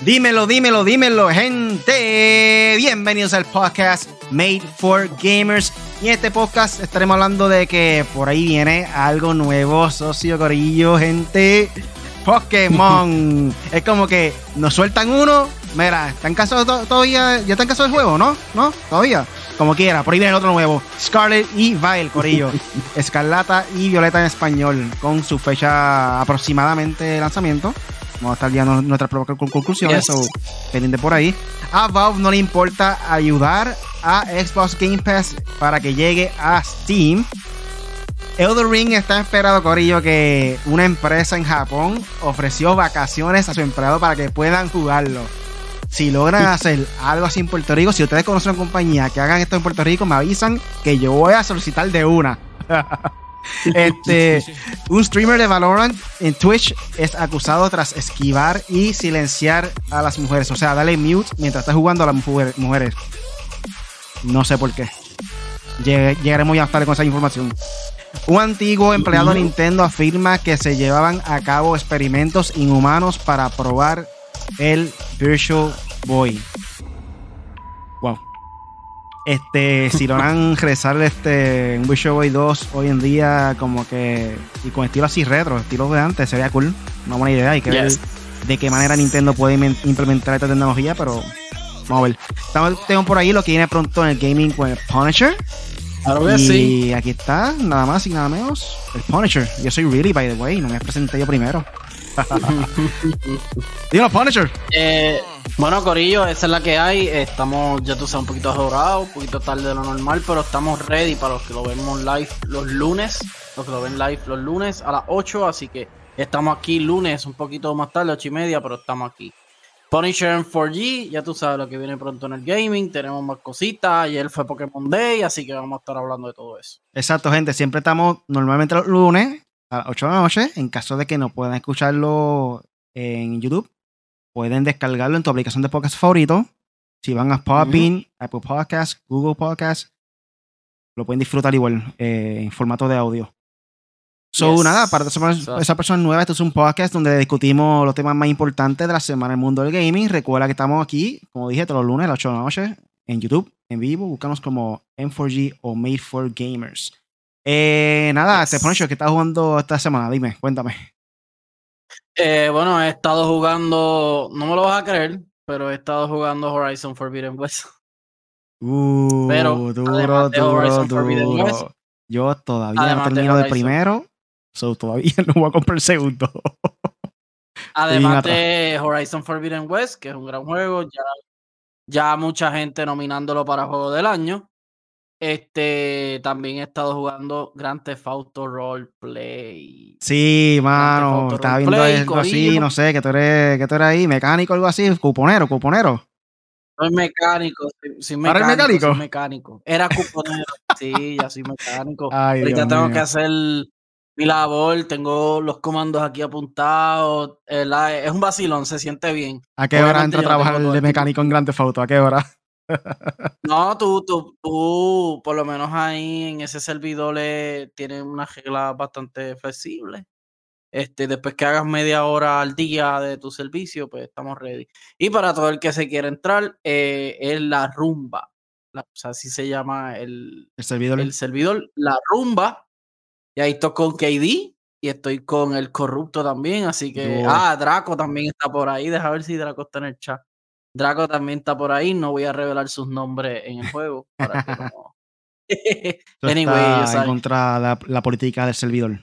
Dímelo, gente. Bienvenidos al podcast Made for Gamers. Y en este podcast estaremos hablando de que por ahí viene algo nuevo, socio corillo, gente. Pokémon. Es como que nos sueltan uno. Mira, ¿están cansados todavía? ¿Ya están cansados del juego? ¿No? ¿Todavía? Como quiera, por ahí viene el otro nuevo. Scarlet y Violet, corillo. Escarlata y Violeta en español, con su fecha aproximadamente de lanzamiento. Vamos a estar ya nuestras conclusiones, so, pendiente por ahí. A Valve no le importa ayudar a Xbox Game Pass para que llegue a Steam. Elden Ring está esperado, corillo, que una empresa en Japón ofreció vacaciones a su empleado para que puedan jugarlo. Si logran hacer algo así en Puerto Rico, si ustedes conocen una compañía que hagan esto en Puerto Rico, me avisan que yo voy a solicitar de una. Un streamer de Valorant en Twitch es acusado tras esquivar y silenciar a las mujeres, o sea, darle mute mientras está jugando a las mujeres. No sé por qué. Llegaremos ya tarde con esa información. Un antiguo empleado de Nintendo afirma que se llevaban a cabo experimentos inhumanos para probar el Virtual Boy. Wow. Si logran regresar un Virtual Boy 2 hoy en día, como que, y con estilo así retro, estilo de antes, sería cool. Una buena idea. Hay que ver de qué manera Nintendo puede implementar esta tecnología, pero vamos a ver. Tengo por ahí lo que viene pronto en el gaming con el Punisher. Claro, y sí. Aquí está, nada más y nada menos, el Punisher. Yo soy Really, by the way, no me presenté yo primero. Dímelo, Punisher. Bueno, corillo, esa es la que hay. Estamos, ya tú sabes, un poquito adorados, un poquito tarde de lo normal, pero estamos ready para los que lo vemos live los lunes, los que lo ven live los lunes a las 8, así que estamos aquí lunes, un poquito más tarde, 8:30, pero estamos aquí. Punisher en 4G, ya tú sabes lo que viene pronto en el gaming, tenemos más cositas, ayer fue Pokémon Day, así que vamos a estar hablando de todo eso. Exacto, gente, siempre estamos normalmente los lunes a las 8 de la noche. En caso de que no puedan escucharlo en YouTube, pueden descargarlo en tu aplicación de podcast favorito. Si van a Podbean, Apple Podcasts, Google Podcasts, lo pueden disfrutar igual en formato de audio. Nada, para esa persona nueva, esto es un podcast donde discutimos los temas más importantes de la semana en el mundo del gaming. Recuerda que estamos aquí, como dije, todos los lunes a las 8 de la noche en YouTube, en vivo. Búscanos como M4G o Made for Gamers. Nada, Punisher, ¿qué estás jugando esta semana? Dime, cuéntame. Bueno, he estado jugando, no me lo vas a creer, pero he estado jugando Horizon Forbidden West. Pero duro. Yo todavía no termino del primero, todavía no voy a comprar el segundo. Además de Horizon Forbidden West, que es un gran juego, ya mucha gente nominándolo para Juego del Año. También he estado jugando Grand Theft Auto Roleplay. Sí, mano, estaba viendo algo así, no sé, que tú eres ahí, mecánico, algo así, cuponero. Soy mecánico, soy mecánico. Era cuponero, sí, ya soy mecánico. Ay, ahorita Dios tengo mío. que hacer mi labor, tengo los comandos aquí apuntados. Es un vacilón, se siente bien. ¿A qué hora entra a trabajar de mecánico en Grand Theft Auto? ¿A qué hora? No, tú, por lo menos ahí en ese servidor tienen unas reglas bastante flexibles. Después que hagas media hora al día de tu servicio, pues estamos ready. Y para todo el que se quiera entrar, es la rumba. O sea, así se llama el servidor, la rumba. Y ahí estoy con KD y estoy con el corrupto también. Así que, Draco también está por ahí. Deja ver si Draco está en el chat. Draco también está por ahí. No voy a revelar sus nombres en el juego para que no. Anyway, está en contra de la política del servidor.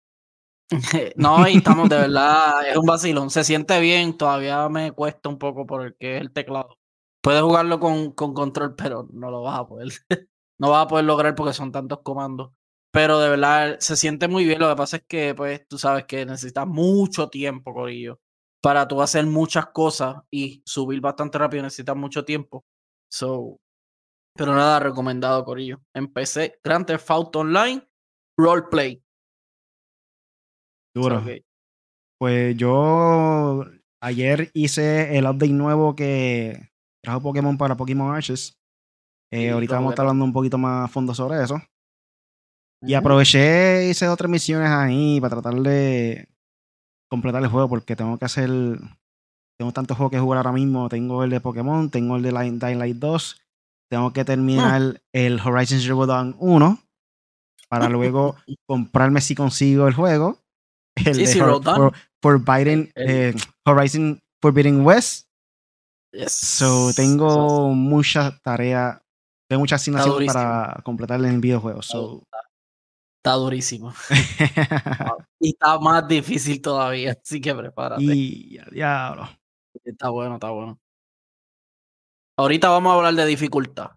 No, y estamos de verdad, es un vacilón, se siente bien, todavía me cuesta un poco por el que es el teclado. Puedes jugarlo con control, pero no lo vas a poder, no vas a poder lograr porque son tantos comandos. Pero de verdad se siente muy bien, lo que pasa es que pues tú sabes que necesitas mucho tiempo, corillo, para tú hacer muchas cosas y subir bastante rápido necesitas mucho tiempo. Pero nada, recomendado, corillo. Empecé Grand Theft Auto Online Roleplay. Duro. Pues yo ayer hice el update nuevo que trajo Pokémon para Pokémon Arceus. Ahorita vamos a estar hablando un poquito más a fondo sobre eso. Y aproveché, hice otras misiones ahí para tratar de completar el juego porque tengo que hacer tengo tantos juegos que jugar ahora mismo. Tengo el de Pokémon, tengo el de Dying Light 2. Tengo que terminar el Horizon Zero Dawn 1 para luego comprarme si consigo el juego. El de Zero Dawn. Horizon Forbidden West. Yes. So, tengo mucha tarea, tengo mucha asignación para completar el videojuego. So. Está durísimo. Y está más difícil todavía, así que prepárate. Y diablo. Está bueno, está bueno. Ahorita vamos a hablar de dificultad.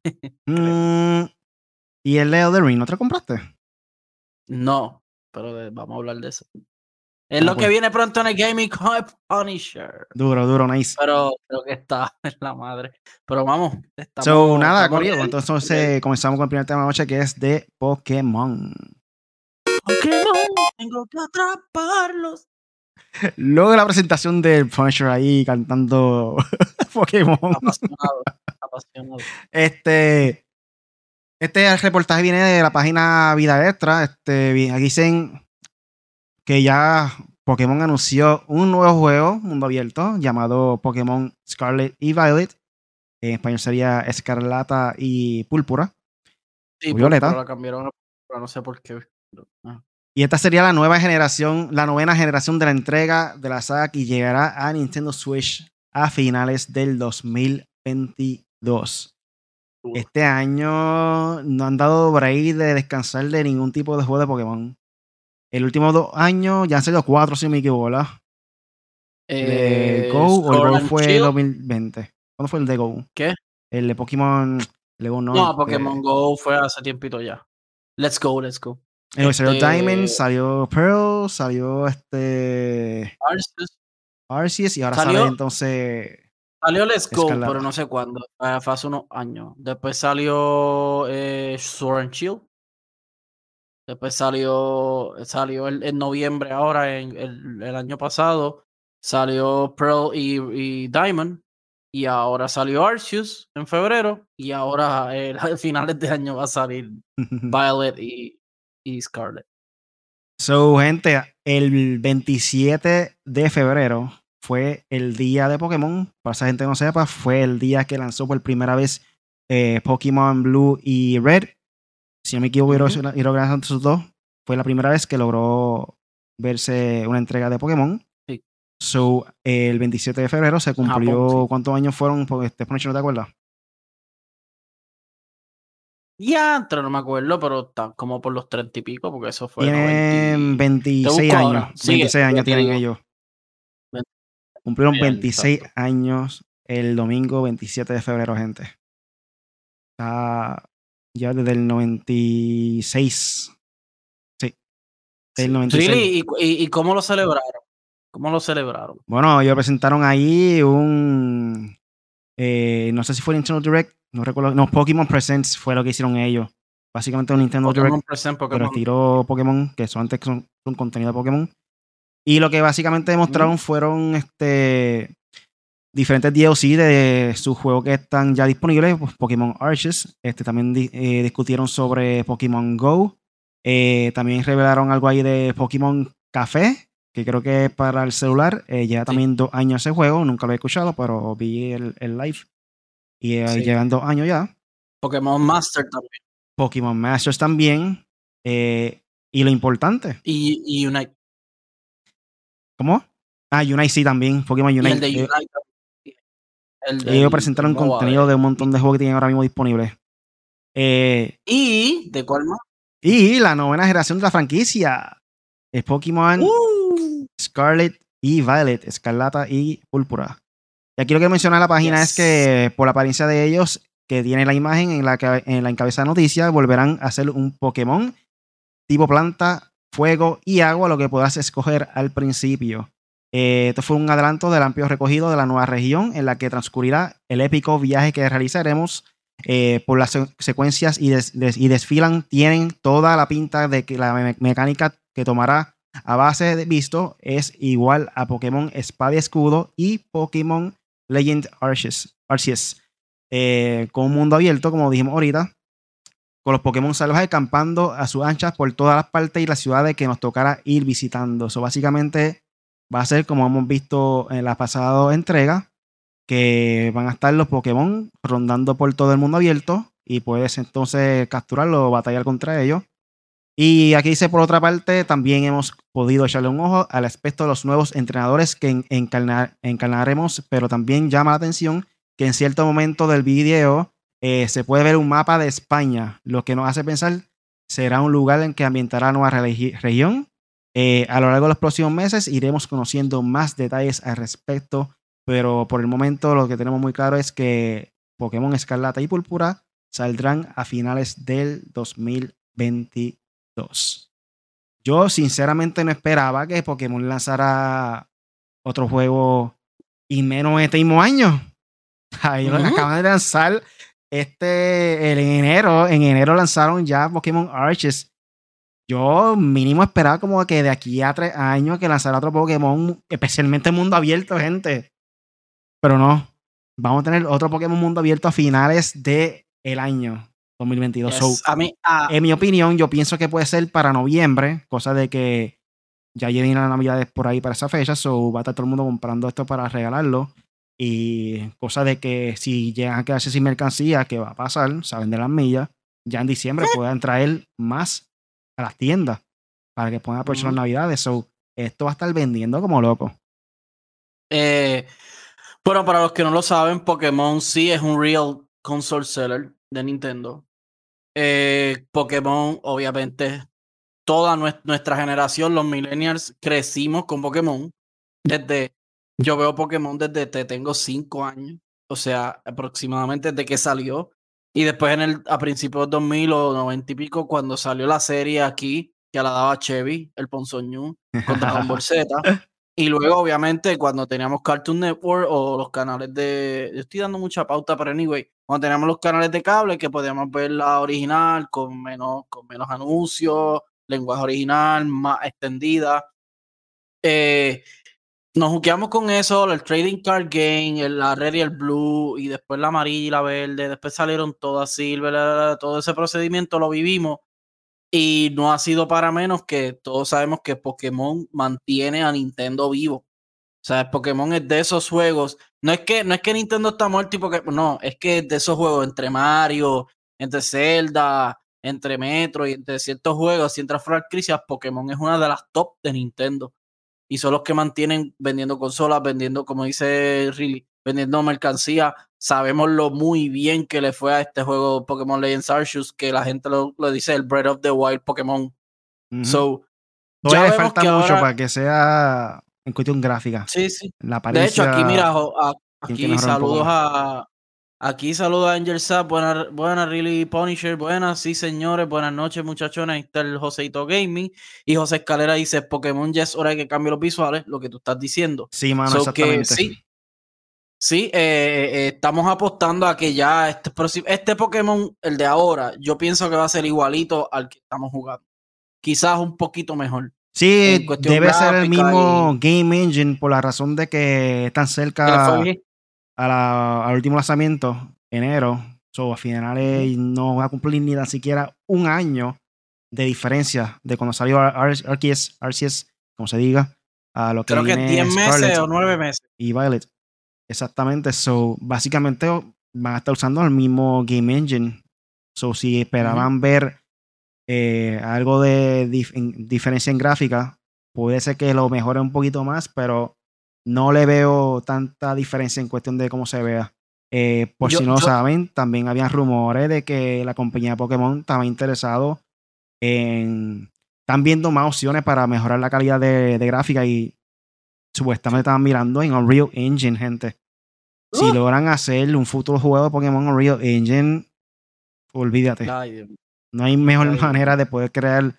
¿Y el Leo del Ring no te lo compraste? No, pero vamos a hablar de eso. Es lo que viene pronto en el Gaming Hub Punisher. Duro, nice. Pero creo que está en la madre. Pero vamos. Nada, Corillo. Entonces comenzamos con el primer tema de la noche, que es de Pokémon. Pokémon, tengo que atraparlos. Luego de la presentación del Punisher ahí cantando Pokémon. Apasionado. Este reportaje viene de la página Vida Extra. Aquí dicen que ya Pokémon anunció un nuevo juego, mundo abierto, llamado Pokémon Scarlet y Violet. En español sería Escarlata y Púrpura. Sí, Violeta. Pero la cambiaron, pero no sé por qué. Y esta sería la novena generación de la entrega de la saga que llegará a Nintendo Switch a finales del 2022. Este año no han dado break de descansar de ningún tipo de juego de Pokémon. El último 2 años ya han salido 4, si me equivoco, ¿verdad? ¿De Go o el Go fue 2020? ¿Cuándo fue el de Go? ¿Qué? El de Pokémon Go no. Pokémon Go fue hace tiempito ya. Let's go. Salió Diamond, salió Pearl, salió Arceus y ahora sale entonces... Salió Let's Go, pero no sé cuándo. Fue hace unos años. Después salió Sword and Shield. Después salió en noviembre ahora, el año pasado. Salió Pearl y Diamond. Y ahora salió Arceus en febrero. Y ahora a finales de año va a salir Violet y Scarlet. So, gente, el 27 de febrero fue el día de Pokémon. Para esa gente que no sepa, fue el día que lanzó por primera vez Pokémon Blue y Red. Si no me equivoco, entre sus dos. Fue la primera vez que logró verse una entrega de Pokémon. Sí. So, el 27 de febrero se cumplió. Japón, sí. ¿Cuántos años fueron? Porque ¿no te acuerdas? Ya, no me acuerdo, pero está como por los 30 y pico, porque eso fue. Tienen 26 años. 26 años tienen ellos. Cumplieron 26 años el domingo 27 de febrero, gente. Está ya desde el 96. Sí. El 96. Really? ¿Y cómo lo celebraron? Bueno, ellos presentaron ahí un... no sé si fue Nintendo Direct. No recuerdo. No, Pokémon Presents fue lo que hicieron ellos. Básicamente un Nintendo Direct. Pero estilo Pokémon, que son contenido de Pokémon. Y lo que básicamente demostraron fueron diferentes DLC de sus juegos que están ya disponibles. Pues Pokémon Arceus. También discutieron sobre Pokémon Go. También revelaron algo ahí de Pokémon Café, que creo que es para el celular. Lleva también 2 años ese juego. Nunca lo he escuchado, pero vi el live. Y llevan 2 años ya. Pokémon Master también. Pokémon Masters también. Y lo importante. Y Unite. ¿Cómo? Unite sí también. Pokémon Unite. Y el de Unite. Ellos presentaron contenido de un montón de juegos que tienen ahora mismo disponibles. ¿Y de cuál más? Y la novena generación de la franquicia. Es Pokémon Scarlet y Violet. Escarlata y Púrpura. Y aquí lo que menciona la página es que por la apariencia de ellos, que tiene la imagen en la encabezada de noticia, volverán a ser un Pokémon tipo planta, fuego y agua, lo que podrás escoger al principio. Esto fue un adelanto del amplio recogido de la nueva región en la que transcurrirá el épico viaje que realizaremos. Por las secuencias y desfilan, tienen toda la pinta de que la mecánica que tomará a base de visto es igual a Pokémon Espada y Escudo y Pokémon Legend Arceus. Con un mundo abierto, como dijimos ahorita, con los Pokémon salvajes campando a sus anchas por todas las partes y las ciudades que nos tocará ir visitando. Básicamente va a ser como hemos visto en la pasada entrega, que van a estar los Pokémon rondando por todo el mundo abierto y puedes entonces capturarlo o batallar contra ellos. Y aquí dice, por otra parte, también hemos podido echarle un ojo al aspecto de los nuevos entrenadores que encarnaremos, pero también llama la atención que en cierto momento del video se puede ver un mapa de España, lo que nos hace pensar será un lugar en que ambientará nueva región. A lo largo de los próximos meses iremos conociendo más detalles al respecto, pero por el momento lo que tenemos muy claro es que Pokémon Escarlata y Púrpura saldrán a finales del 2022. Yo sinceramente no esperaba que Pokémon lanzara otro juego y menos este mismo año. Acaban de lanzar en enero lanzaron ya Pokémon Arceus. Yo mínimo esperaba como que de aquí a 3 años que lanzara otro Pokémon, especialmente mundo abierto, gente. Pero no, vamos a tener otro Pokémon mundo abierto a finales del año 2022. Yes. En mi opinión, yo pienso que puede ser para noviembre, cosa de que ya lleguen las navidades por ahí para esa fecha, va a estar todo el mundo comprando esto para regalarlo. Y cosa de que si llegan a quedarse sin mercancía, que va a pasar, saben de las millas, ya en diciembre puedan traer más a las tiendas para que puedan aprovechar las navidades. Esto va a estar vendiendo como loco. Bueno, para los que no lo saben, Pokémon sí es un real console seller de Nintendo. Pokémon, obviamente, toda nuestra generación, los millennials, crecimos con Pokémon. Yo veo Pokémon desde que tengo 5 años, o sea, aproximadamente desde que salió. Y después a principios de 2000 o 90 y pico, cuando salió la serie aquí, que la daba Chevy, el Ponzoñú, con Dragon Ball Z. Y luego, obviamente, cuando teníamos Cartoon Network o los canales yo estoy dando mucha pauta, pero anyway, cuando teníamos los canales de cable que podíamos ver la original con menos anuncios, lenguaje original, más extendida. Nos juqueamos con eso, el Trading Card Game, la Red y el Blue, y después la amarilla y la verde, después salieron todas Silver, todo ese procedimiento lo vivimos. Y no ha sido para menos que todos sabemos que Pokémon mantiene a Nintendo vivo. O sea, Pokémon es de esos juegos. No es que Nintendo está muerto y no, es que es de esos juegos entre Mario, entre Zelda, entre Metro y entre ciertos juegos, si entra Final Crisis, Pokémon es una de las top de Nintendo. Y son los que mantienen vendiendo consolas, vendiendo, como dice Riley, vendiendo mercancía. Sabemos lo muy bien que le fue a este juego Pokémon Legends Arceus, que la gente lo dice el Breath of the Wild Pokémon. Todavía le falta mucho para que sea en cuestión gráfica. Sí, sí. De hecho, aquí mira, aquí saludos a Angel Sapp, buenas Really Punisher, buenas, sí señores, buenas noches muchachones, ahí está el Joseito Gaming, y José Escalera dice, Pokémon ya es hora de que cambie los visuales, lo que tú estás diciendo. Sí, mano, exactamente. Sí, estamos apostando a que ya este Pokémon, el de ahora, yo pienso que va a ser igualito al que estamos jugando. Quizás un poquito mejor. Sí, debe ser el mismo Game Engine por la razón de que están cerca al último lanzamiento, enero. A finales no va a cumplir ni tan siquiera un año de diferencia de cuando salió Arceus, como se diga, a lo que creo que 10 meses o 9 meses. Y Violet. Exactamente. Básicamente van a estar usando el mismo Game Engine. Si esperaban ver algo de diferencia en gráfica, puede ser que lo mejore un poquito más, pero no le veo tanta diferencia en cuestión de cómo se vea. Si no saben, también habían rumores de que la compañía Pokémon estaba interesado están viendo más opciones para mejorar la calidad de gráfica y supuestamente estaban mirando en Unreal Engine, gente. Si logran hacer un futuro juego de Pokémon Unreal Engine, olvídate. No hay mejor manera de poder crear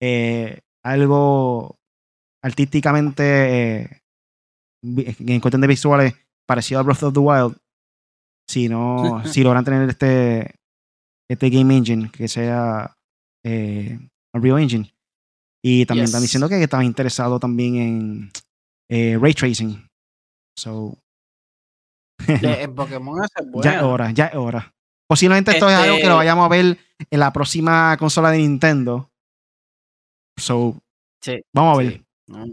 algo artísticamente en cuestión de visuales parecido a Breath of the Wild si logran tener este Game Engine que sea Unreal Engine. Y también están diciendo que estaban interesados también en Ray Tracing. En Pokémon es bueno. Ya es hora. Posiblemente esto es algo que lo vayamos a ver en la próxima consola de Nintendo. Vamos a ver.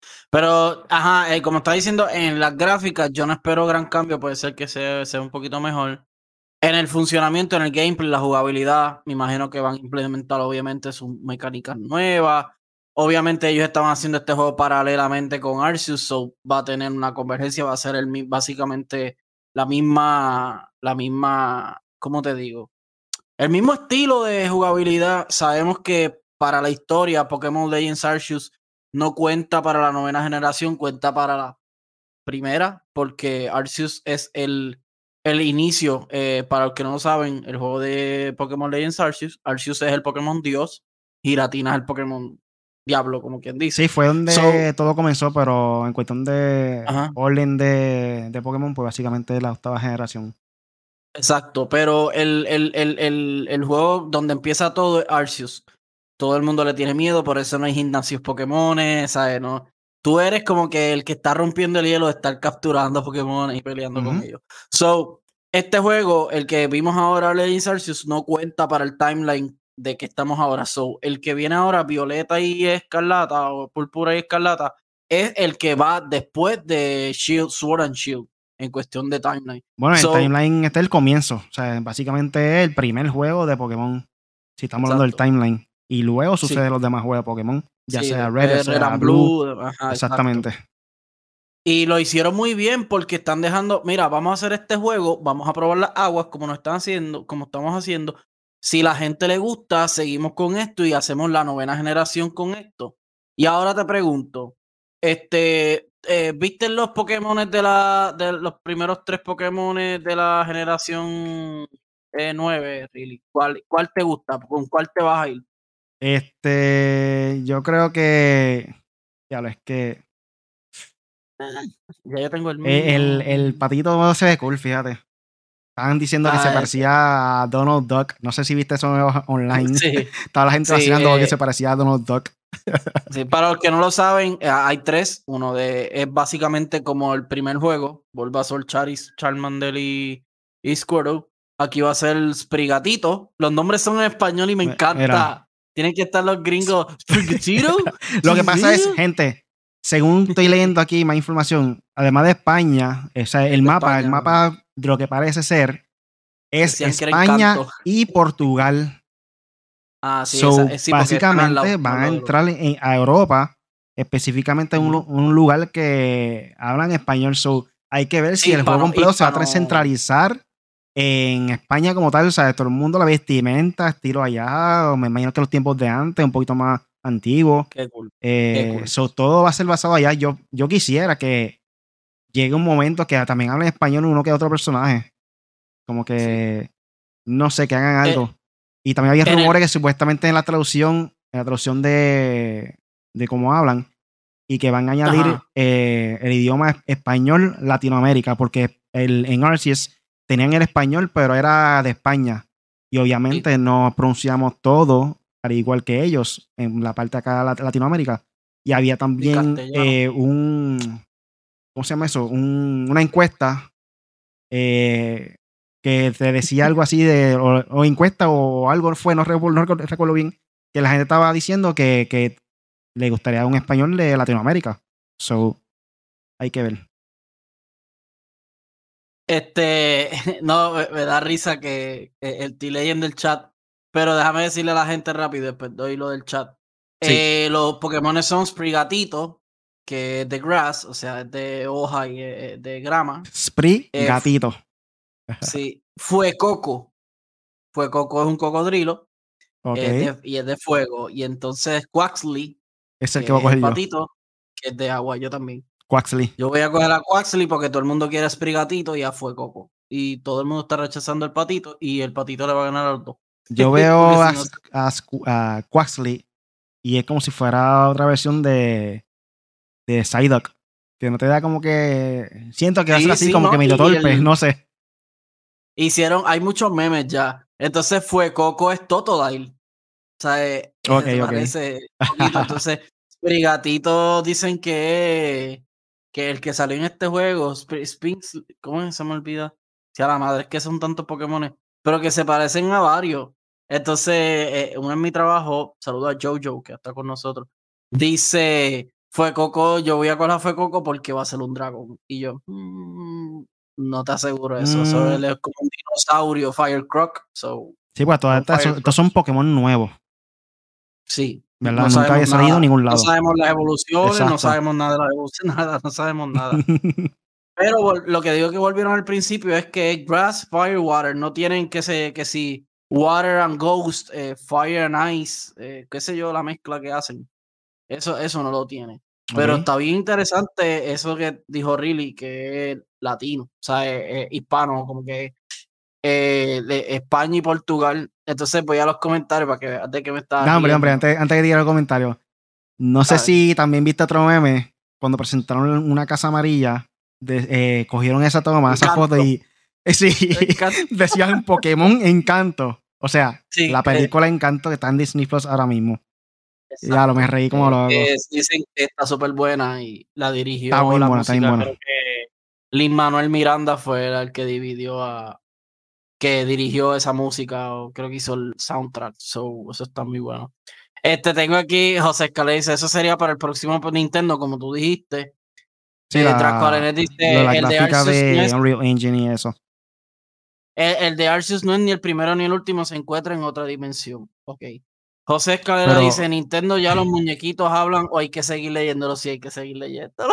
Pero, ajá, como está diciendo, en las gráficas yo no espero gran cambio, puede ser que sea un poquito mejor. En el funcionamiento, en el gameplay, la jugabilidad, me imagino que van a implementar obviamente sus mecánicas nuevas. Obviamente ellos estaban haciendo este juego paralelamente con Arceus, so va a tener una convergencia, va a ser básicamente la misma, ¿cómo te digo? El mismo estilo de jugabilidad. Sabemos que para la historia Pokémon Legends Arceus no cuenta para la 9ª generación, cuenta para la primera, porque Arceus es el inicio. Para los que no lo saben, el juego de Pokémon Legends Arceus, Arceus es el Pokémon Dios, Giratina es el Pokémon Diablo, como quien dice. Sí, fue donde todo comenzó, pero en cuestión de Ajá. orden de Pokémon, pues básicamente la 8ª generación. Exacto, pero el juego donde empieza todo es Arceus. Todo el mundo le tiene miedo, por eso no hay gimnasios Pokémones, ¿sabes? No. Tú eres como que el que está rompiendo el hielo de estar capturando Pokémon y peleando con ellos. So, este juego, el que vimos ahora, Legends Arceus, no cuenta para el timeline de que estamos ahora. So, el que viene ahora, Violeta y Escarlata, o Púrpura y Escarlata, es el que va después de Shield, Sword and Shield, en cuestión de timeline. Bueno, el timeline está el comienzo. O sea, básicamente es el primer juego de Pokémon. Si estamos hablando del timeline. Y luego suceden los demás juegos de Pokémon. Ya sea Red, sea Blue. Ajá, exactamente. Exacto. Y lo hicieron muy bien porque están dejando, mira, vamos a hacer este juego, vamos a probar las aguas como nos están haciendo, como estamos haciendo. Si la gente le gusta, seguimos con esto y hacemos la 9ª generación con esto. Y ahora te pregunto, ¿viste los Pokémon de los primeros 3 Pokémon de la generación 9, really? ¿Cuál te gusta? ¿Con cuál te vas a ir? Yo creo que. Ya lo es que. Ya yo tengo el mío. El patito se ve cool, fíjate. Estaban diciendo que se parecía a Donald Duck. No sé si viste eso online. Sí. Estaba la gente vacilando porque se parecía a Donald Duck. Sí, para los que no lo saben, hay 3. Uno es básicamente como el primer juego: Bulbasaur, Charis, Charmander y Squirtle. Aquí va a ser Sprigatito. Los nombres son en español y me encanta. Era. Tienen que estar los gringos. ¿Sprigatito? Lo que pasa es, gente, según estoy leyendo aquí más información, además de España, o sea, el mapa de lo que parece ser es España y Portugal. Sí, sí, básicamente van a entrar a Europa, específicamente en un lugar que hablan español. So, hay que ver si el juego completo se va a centralizar en España como tal. O sea, todo el mundo, la vestimenta, estilo allá, o me imagino que los tiempos de antes, un poquito más antiguos. Qué cool. So, todo va a ser basado allá. Yo quisiera que llegue un momento que también hable español uno que otro personaje. Como que, no sé, que hagan algo. Y también había rumores que supuestamente en la traducción de cómo hablan, y que van a añadir el idioma español Latinoamérica, porque en Arceus tenían el español, pero era de España. Y obviamente no pronunciamos todo al igual que ellos en la parte acá de Latinoamérica. Y había también ¿cómo se llama eso? Una encuesta que te decía algo así o encuesta o algo fue, no recuerdo bien, que la gente estaba diciendo que le gustaría un español de Latinoamérica. So, hay que ver. No, me da risa que estoy leyendo el chat, pero déjame decirle a la gente rápido, después doy lo del chat. Sí. Los Pokémon son Sprigatito, que es de grass, o sea, es de hoja y de grama. Sprigatito. Sí. Fuecoco. Fuecoco es un cocodrilo. Y es de fuego. Y entonces Quaxly, es el que va a coger el patito, que es de agua, yo también. Quaxly. Yo voy a coger a Quaxly porque todo el mundo quiere Sprigatito y a Fuecoco. Y todo el mundo está rechazando el patito y el patito le va a ganar a los dos. Yo veo a Quaxly y es como si fuera otra versión de Psyduck, que no te da como que... Siento que va a ser así como que medio torpe, no sé. Hay muchos memes ya. Entonces Fuecoco es Totodile. O sea, parece poquito. Entonces, Sprigatito dicen que el que salió en este juego, Spinks, ¿cómo se me olvida? Si a la madre, es que son tantos Pokémon, pero que se parecen a varios. Entonces, uno en mi trabajo, saludo a Jojo, que está con nosotros, dice Fuecoco, yo voy a coger a Fuecoco porque va a ser un dragón. Y yo, no te aseguro eso. Eso él es como un dinosaurio, Firecroc. Sí, pues estos son Pokémon nuevos. Sí. ¿Verdad? No nunca había salido a ningún lado. No sabemos las evoluciones, Exacto. no sabemos nada de las evoluciones, no sabemos nada. Pero lo que digo que volvieron al principio es que Grass, Fire, Water no tienen que si Water and Ghost, Fire and Ice, qué sé yo, la mezcla que hacen. Eso no lo tiene. Pero está bien interesante eso que dijo Riley, que es latino, o sea, es hispano, como que de España y Portugal. Entonces voy a los comentarios para que veas de qué me está. No, hombre, antes que diga el comentario. No sé si también viste otro meme cuando presentaron una casa amarilla. Cogieron esa toma, esa foto y sí, decían Pokémon Encanto. O sea, sí, la película Encanto que está en Disney Plus ahora mismo. Exacto. Ya me reí como lo hago. Dicen que está súper buena y la dirigió. Está muy buena, está muy buena. Creo que Lin-Manuel Miranda fue el que dirigió esa música, o creo que hizo el soundtrack. Eso está muy bueno. Tengo aquí José Escalé dice, eso sería para el próximo Nintendo, como tú dijiste. Sí, Draculanet dice, la gráfica de Unreal Engine y eso. El de Arceus no es ni el primero ni el último, se encuentra en otra dimensión. Ok. José Escalera dice, Nintendo ya los muñequitos hablan o hay que seguir leyéndolo. Sí, hay que seguir leyéndolo.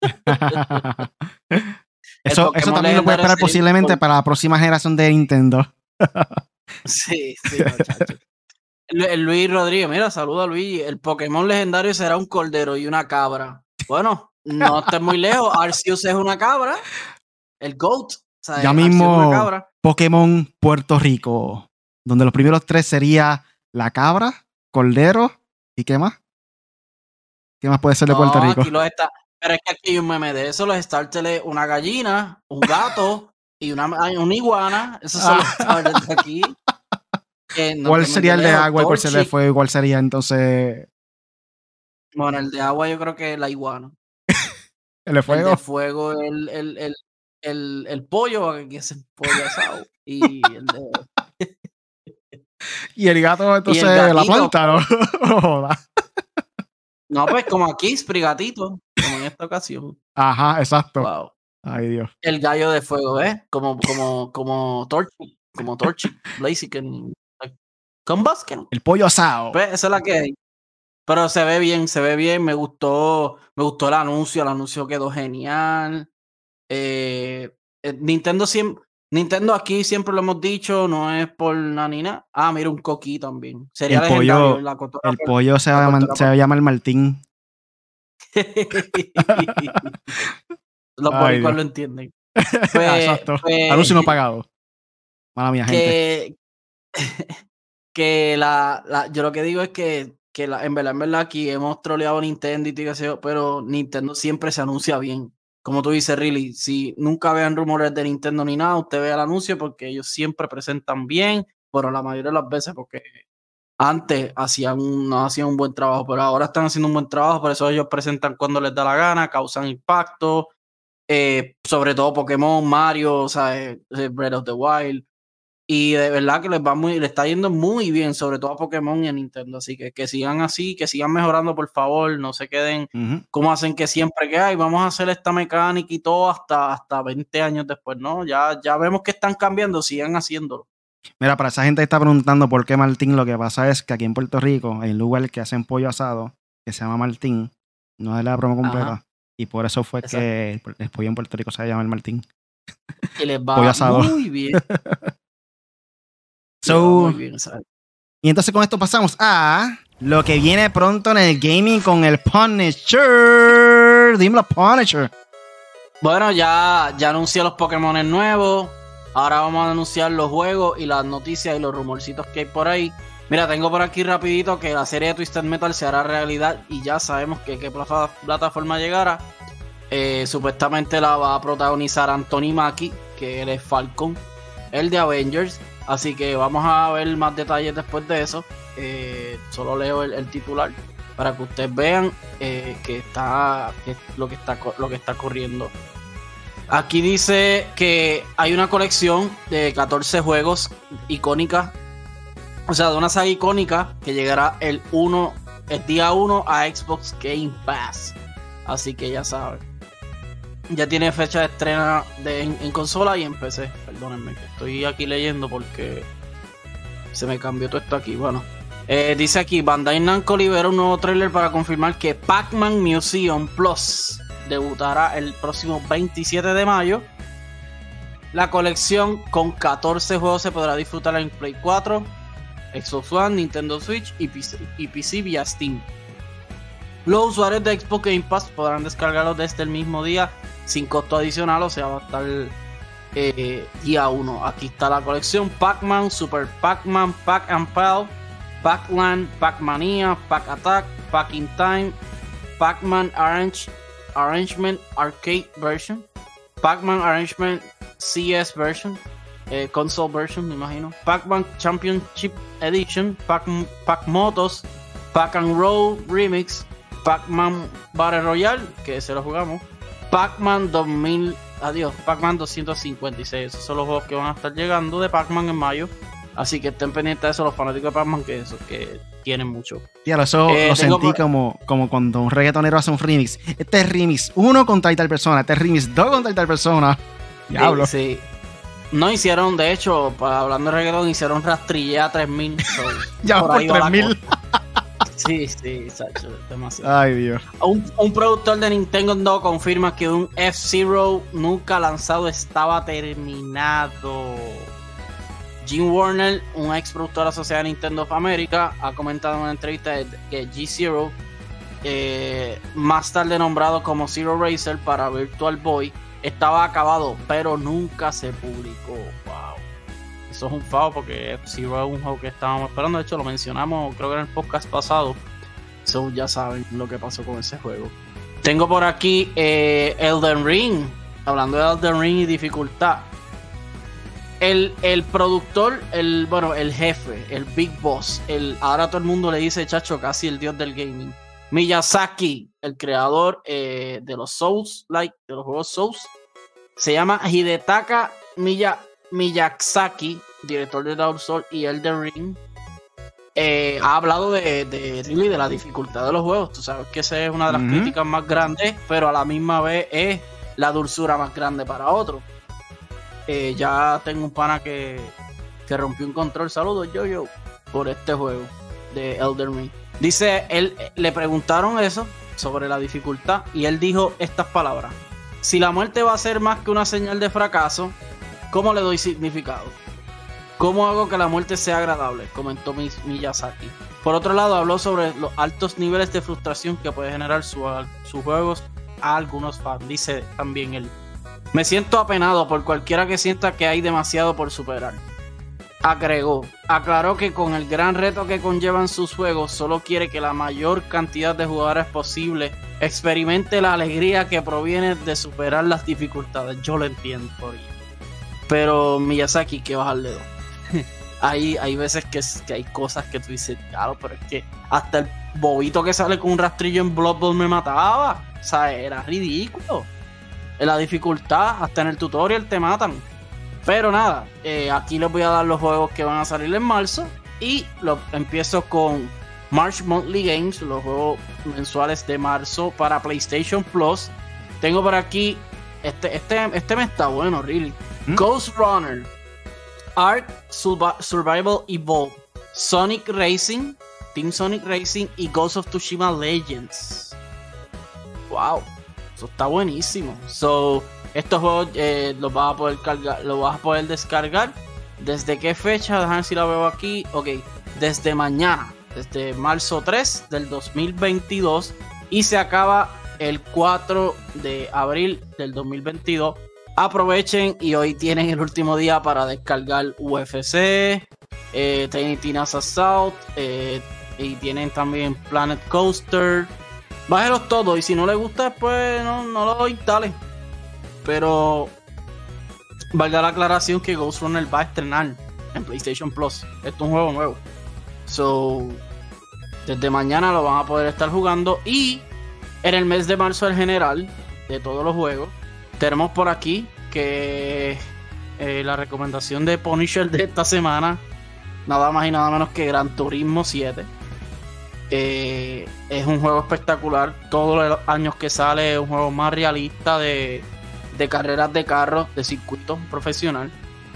Eso también lo puede esperar posiblemente para la próxima generación de Nintendo. Sí, muchachos. El Luis Rodríguez, mira, saluda a Luis. El Pokémon legendario será un cordero y una cabra. Bueno, no estés muy lejos. Arceus es una cabra. El GOAT. O sea, ya mismo Pokémon Puerto Rico, donde los primeros 3 sería la cabra, cordero y ¿qué más? ¿Qué más puede ser de Puerto Rico? Aquí pero es que aquí hay un meme de eso. Los starters, una gallina, un gato y una iguana. Esos son los starters de aquí. ¿Cuál sería el de agua y cuál sería el de fuego? ¿Cuál sería entonces? Bueno, el de agua yo creo que es la iguana. ¿El de fuego? El de fuego, el pollo, que es el pollo asado. Y el de... Y el gato, entonces, la planta, ¿no? No, pues como aquí, Sprigatito, como en esta ocasión. Ajá, exacto. Wow. Ay, Dios. El gallo de fuego, ¿eh? Como Torchic, Blaziken, Combusken. El pollo asado. Pues esa es la que hay. Pero se ve bien, me gustó el anuncio quedó genial. Nintendo aquí siempre lo hemos dicho, no es por nada. Ah, mira, un coquí también. Sería legendario. El pollo se va a llamar Martín. Los boricuas lo entienden. Exacto. Anuncio no pagado. Mala mía, gente. Yo lo que digo es que en verdad aquí hemos troleado a Nintendo y todo eso, pero Nintendo siempre se anuncia bien. Como tú dices, Riley, si nunca vean rumores de Nintendo ni nada, usted vea el anuncio porque ellos siempre presentan bien, pero la mayoría de las veces porque antes no hacían un buen trabajo, pero ahora están haciendo un buen trabajo, por eso ellos presentan cuando les da la gana, causan impacto, sobre todo Pokémon, Mario, o sea, Breath of the Wild. Y de verdad que le está yendo muy bien, sobre todo a Pokémon y a Nintendo. Así que sigan así, que sigan mejorando, por favor. No se queden como hacen que siempre que hay. Vamos a hacer esta mecánica y todo hasta 20 años después, ¿no? Ya vemos que están cambiando, sigan haciéndolo. Mira, para esa gente que está preguntando por qué Martín, lo que pasa es que aquí en Puerto Rico hay un lugar que hacen pollo asado que se llama Martín. No es la promo completa. Ajá. Y por eso fue que el pollo en Puerto Rico se llama el Martín. Y les va muy bien. Muy bien, y entonces con esto pasamos a lo que viene pronto en el gaming con el Punisher. Dímelo, Punisher. Bueno, ya anuncié los Pokémon nuevos. Ahora vamos a anunciar los juegos y las noticias y los rumorcitos que hay por ahí. Mira, tengo por aquí rapidito que la serie de Twisted Metal se hará realidad y ya sabemos que qué plataforma llegará. Supuestamente la va a protagonizar Anthony Mackie, que él es Falcon, el de Avengers. Así que vamos a ver más detalles después de eso. Solo leo el titular para que ustedes vean lo que está ocurriendo. Aquí dice que hay una colección de 14 juegos icónicas, o sea, de una saga icónica que llegará el día 1 a Xbox Game Pass. Así que ya saben. Ya tiene fecha de estreno en consola y en PC. Perdónenme que estoy aquí leyendo porque se me cambió todo esto aquí. Bueno, dice aquí, Bandai Namco liberó un nuevo trailer para confirmar que Pac-Man Museum Plus debutará el próximo 27 de mayo. La colección con 14 juegos se podrá disfrutar en Play 4, Xbox One, Nintendo Switch y PC vía Steam. Los usuarios de Xbox Game Pass podrán descargarlos desde el mismo día sin costo adicional, o sea, va a estar día 1. Aquí está la colección: Pac-Man, Super Pac-Man, Pac-and-Pal, Pac-Land, Pac-Mania, Pac-Attack, Pac-in-Time, Pac-Man Arrangement Arcade Version, Pac-Man Arrangement CS Version, Console Version, me imagino, Pac-Man Championship Edition, Pac-Motos, Pac-and-Roll Remix, Pac-Man Battle Royale, que se lo jugamos, Pac-Man 2000, Pac-Man 256. Esos son los juegos que van a estar llegando de Pac-Man en mayo. Así que estén pendientes de eso los fanáticos de Pac-Man, que tienen mucho. Tío, eso lo sentí como cuando un reggaetonero hace un remix. Este es remix 1 con tal persona, este es remix 2 con tal persona. Diablo. Sí. No hicieron, de hecho, hablando de reggaeton, hicieron Rastrillea 3000. Ya por 3000. Sí, Sacho, demasiado. Ay, Dios. Un productor de Nintendo confirma que un F-Zero nunca lanzado estaba terminado. Jim Warner, un ex productor asociado a Nintendo of America, ha comentado en una entrevista que G-Zero, más tarde nombrado como Zero Racer para Virtual Boy, estaba acabado, pero nunca se publicó. Wow. Eso es un fao porque F-Zero es un juego que estábamos esperando. De hecho, lo mencionamos, creo que en el podcast pasado. So, ya saben lo que pasó con ese juego. Tengo por aquí Elden Ring. Hablando de Elden Ring y dificultad. El productor, el jefe, el Big Boss, ahora todo el mundo le dice, chacho, casi el dios del gaming. Miyazaki, el creador de los Souls, de los juegos Souls, se llama Hidetaka Miyazaki, director de Dark Souls y Elden Ring. Ha hablado de la dificultad de los juegos. Tú sabes que esa es una de las críticas más grandes, pero a la misma vez es la dulzura más grande para otros. Ya tengo un pana que rompió un control, saludos yo por este juego de Elden Ring. Dice, él le preguntaron eso sobre la dificultad y él dijo estas palabras: si la muerte va a ser más que una señal de fracaso, ¿cómo le doy significado? ¿Cómo hago que la muerte sea agradable?, comentó Miyazaki. Por otro lado, habló sobre los altos niveles de frustración que puede generar sus juegos a algunos fans. Dice también él: me siento apenado por cualquiera que sienta que hay demasiado por superar. Aclaró que con el gran reto que conllevan sus juegos, solo quiere que la mayor cantidad de jugadores posible experimente la alegría que proviene de superar las dificultades. Yo lo entiendo por ello. Pero Miyazaki, que bajarle dos. hay veces que hay cosas que tú dices, claro, pero es que hasta el bobito que sale con un rastrillo en Bloodborne me mataba. O sea, era ridículo. En la dificultad, hasta en el tutorial te matan. Pero nada, aquí les voy a dar los juegos que van a salir en marzo. Y empiezo con March Monthly Games, los juegos mensuales de marzo para PlayStation Plus. Tengo por aquí, este me está bueno, really. Ghost Runner, Ark Survival Evolved, Sonic Racing, Team Sonic Racing y Ghost of Tsushima Legends. Wow, eso está buenísimo. So, estos juegos los vas a poder descargar. ¿Desde qué fecha? Déjame ver si la veo aquí. Ok, desde mañana, desde marzo 3 del 2022 y se acaba el 4 de abril del 2022. Aprovechen y hoy tienen el último día para descargar UFC, Tiny Tina's Assault, y tienen también Planet Coaster. Bájenlos todos y si no les gusta, pues no lo instalen. Pero valga la aclaración que Ghost Runner va a estrenar en PlayStation Plus. Esto es un juego nuevo. So, desde mañana lo van a poder estar jugando. Y en el mes de marzo en general, de todos los juegos, tenemos por aquí que la recomendación de Punisher de esta semana, nada más y nada menos que Gran Turismo 7. Es un juego espectacular. Todos los años que sale es un juego más realista de carreras de carros, de circuito profesional.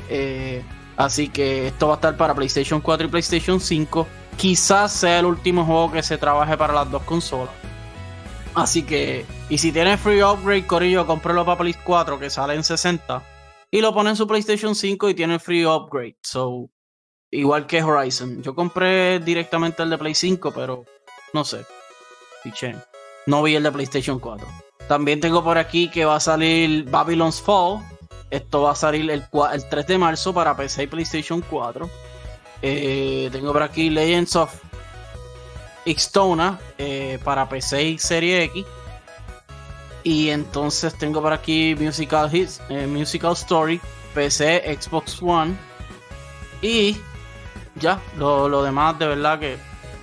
Así que esto va a estar para PlayStation 4 y PlayStation 5. Quizás sea el último juego que se trabaje para las dos consolas. Así que, y si tiene free upgrade, corillo, cómprelo para Play 4 que sale en 60 y lo pone en su PlayStation 5 y tiene free upgrade. So, igual que Horizon. Yo compré directamente el de Play 5, pero no sé. Piché. No vi el de PlayStation 4. También tengo por aquí que va a salir Babylon's Fall. Esto va a salir el 3 de marzo para PC y PlayStation 4. Tengo por aquí Legends of Ixtona para PC y Serie X. Y entonces tengo por aquí Musical Hits, Musical Story, PC, Xbox One. Y ya, lo demás de verdad que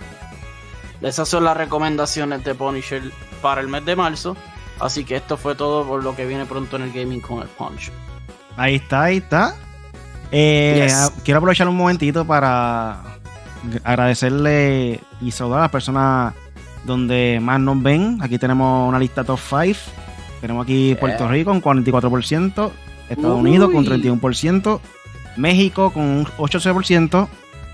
esas son las recomendaciones de Punisher para el mes de marzo. Así que esto fue todo por lo que viene pronto en el gaming con el Punch. Ahí está. Yes. Quiero aprovechar un momentito para agradecerle y saludar a las personas donde más nos ven. Aquí tenemos una lista top 5. Tenemos aquí Puerto Rico con 44%, Estados Unidos con 31%, México con un 8%,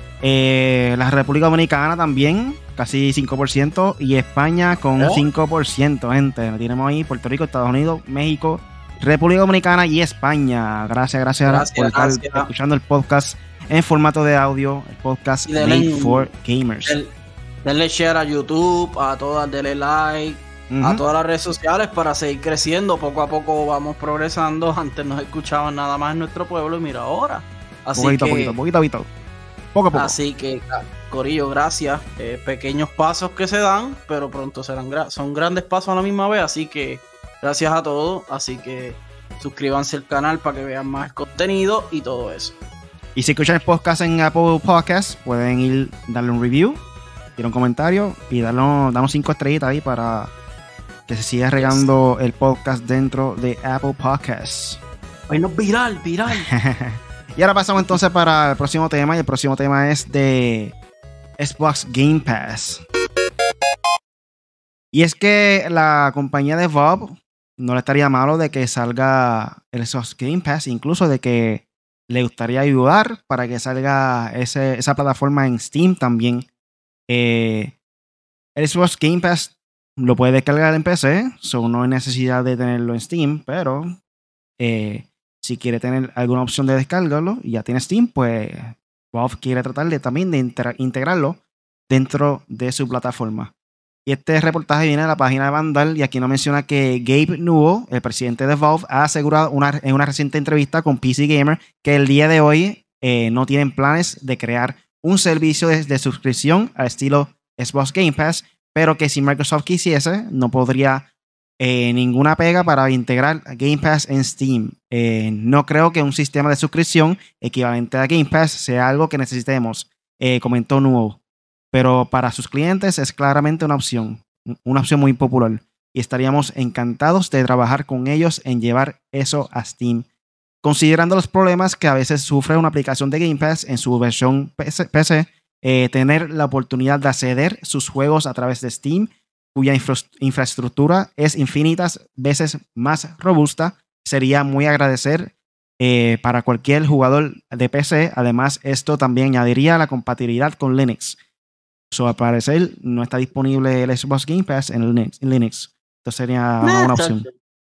la República Dominicana también, casi 5%, y España con un 5%, gente. Tenemos ahí Puerto Rico, Estados Unidos, México, República Dominicana y España. Gracias por estar escuchando el podcast en formato de audio, el podcast Made for Gamers. Denle share a YouTube, a todas, denle like, a todas las redes sociales para seguir creciendo. Poco a poco vamos progresando. Antes nos escuchaban nada más en nuestro pueblo y mira ahora. Así poquito. Poco a poco. Así que, corillo, gracias. Pequeños pasos que se dan, pero pronto son grandes pasos a la misma vez. Así que gracias a todos. Así que suscríbanse al canal para que vean más contenido y todo eso. Y si escuchan el podcast en Apple Podcasts, pueden ir darle un review, tirar un comentario y darnos 5 estrellitas ahí para que se siga regando el podcast dentro de Apple Podcasts. Bueno, viral. Y ahora pasamos entonces para el próximo tema. Y el próximo tema es de Xbox Game Pass. Y es que la compañía de Valve no le estaría malo de que salga el Xbox Game Pass, incluso de que le gustaría ayudar para que salga esa plataforma en Steam también. El Xbox Game Pass lo puede descargar en PC, no hay necesidad de tenerlo en Steam, pero si quiere tener alguna opción de descargarlo y ya tiene Steam, pues Valve quiere tratar también de integrarlo dentro de su plataforma. Y este reportaje viene de la página de Vandal y aquí nos menciona que Gabe Newell, el presidente de Valve, ha asegurado en una reciente entrevista con PC Gamer que el día de hoy no tienen planes de crear un servicio de suscripción al estilo Xbox Game Pass, pero que si Microsoft quisiese, no podría ninguna pega para integrar Game Pass en Steam. No creo que un sistema de suscripción equivalente a Game Pass sea algo que necesitemos, comentó Newell. Pero para sus clientes es claramente una opción muy popular y estaríamos encantados de trabajar con ellos en llevar eso a Steam. Considerando los problemas que a veces sufre una aplicación de Game Pass en su versión PC, tener la oportunidad de acceder sus juegos a través de Steam, cuya infraestructura es infinitas veces más robusta, sería muy agradecer para cualquier jugador de PC. Además, esto también añadiría la compatibilidad con Linux. Al parecer no está disponible el Xbox Game Pass en Linux. Esto sería una opción.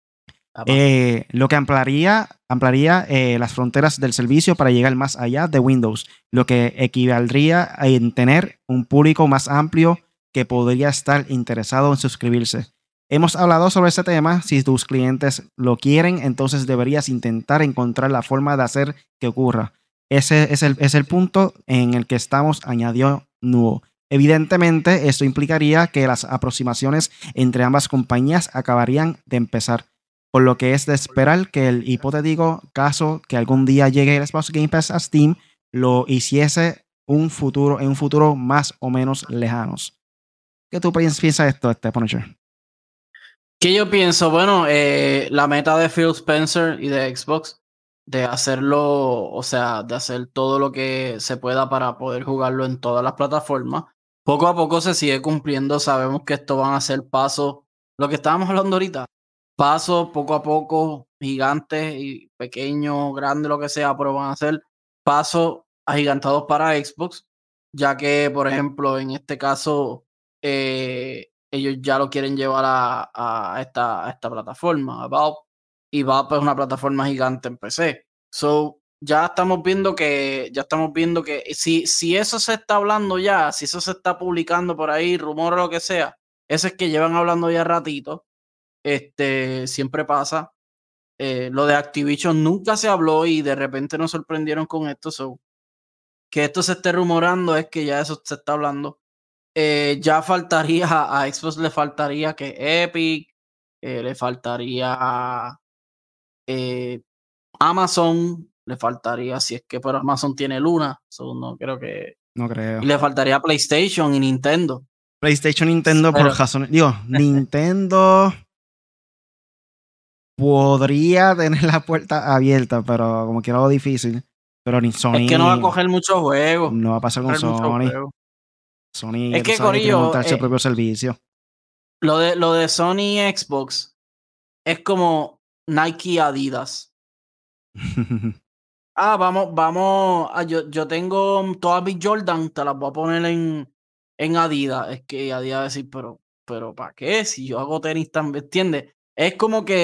Lo que ampliaría las fronteras del servicio para llegar más allá de Windows, lo que equivaldría en tener un público más amplio que podría estar interesado en suscribirse. Hemos hablado sobre ese tema. Si tus clientes lo quieren, entonces deberías intentar encontrar la forma de hacer que ocurra. Ese es el punto en el que estamos, añadió Newell. Evidentemente, esto implicaría que las aproximaciones entre ambas compañías acabarían de empezar, por lo que es de esperar que el hipotético caso que algún día llegue el Xbox Game Pass a Steam lo hiciese en un futuro más o menos lejanos. ¿Qué tú piensas de esto, Punisher? ¿Qué yo pienso? Bueno, la meta de Phil Spencer y de Xbox de hacerlo, o sea, de hacer todo lo que se pueda para poder jugarlo en todas las plataformas. Poco a poco se sigue cumpliendo. Sabemos que esto van a ser pasos, lo que estábamos hablando ahorita, pasos poco a poco, gigantes y pequeños, grandes, lo que sea, pero van a ser pasos agigantados para Xbox, ya que, por ejemplo, en este caso, ellos ya lo quieren llevar a esta plataforma, a Valve, y Valve es una plataforma gigante en PC. So, ya estamos viendo que si eso se está hablando ya, si eso se está publicando por ahí, rumor o lo que sea, eso es que llevan hablando ya ratito. Siempre pasa. Lo de Activision nunca se habló y de repente nos sorprendieron con esto. So, que esto se esté rumorando es que ya eso se está hablando. Ya faltaría a Xbox, le faltaría que Epic, le faltaría a Amazon, le faltaría, si es que, pero Amazon tiene Luna, so no creo que. No creo. Y le faltaría PlayStation y Nintendo. PlayStation, Nintendo, por Pero, razones. Digo, Nintendo podría tener la puerta abierta, pero como quiera algo difícil. Pero ni Sony. es que no va a coger muchos juegos. No va a pasar con Sony. Sony, Es tú que, sabes que quiere Corillo, montar su propio servicio. lo de Sony y Xbox es como Nike y Adidas. Yo tengo todas mis Jordan, te las voy a poner en Adidas. Es que Adidas va a decir, pero ¿para qué? Si yo hago tenis también, ¿entiendes? Es como que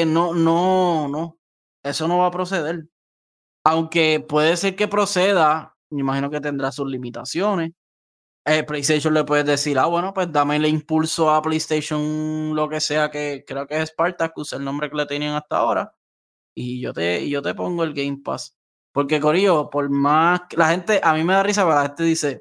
no, eso no va a proceder. Aunque puede ser que proceda, me imagino que tendrá sus limitaciones. PlayStation le puedes decir, bueno, pues dame el impulso a PlayStation, lo que sea, que creo que es Spartacus, el nombre que le tenían hasta ahora, y yo te pongo el Game Pass. Porque, Corillo, por más que la gente, a mí me da risa, pero la gente dice,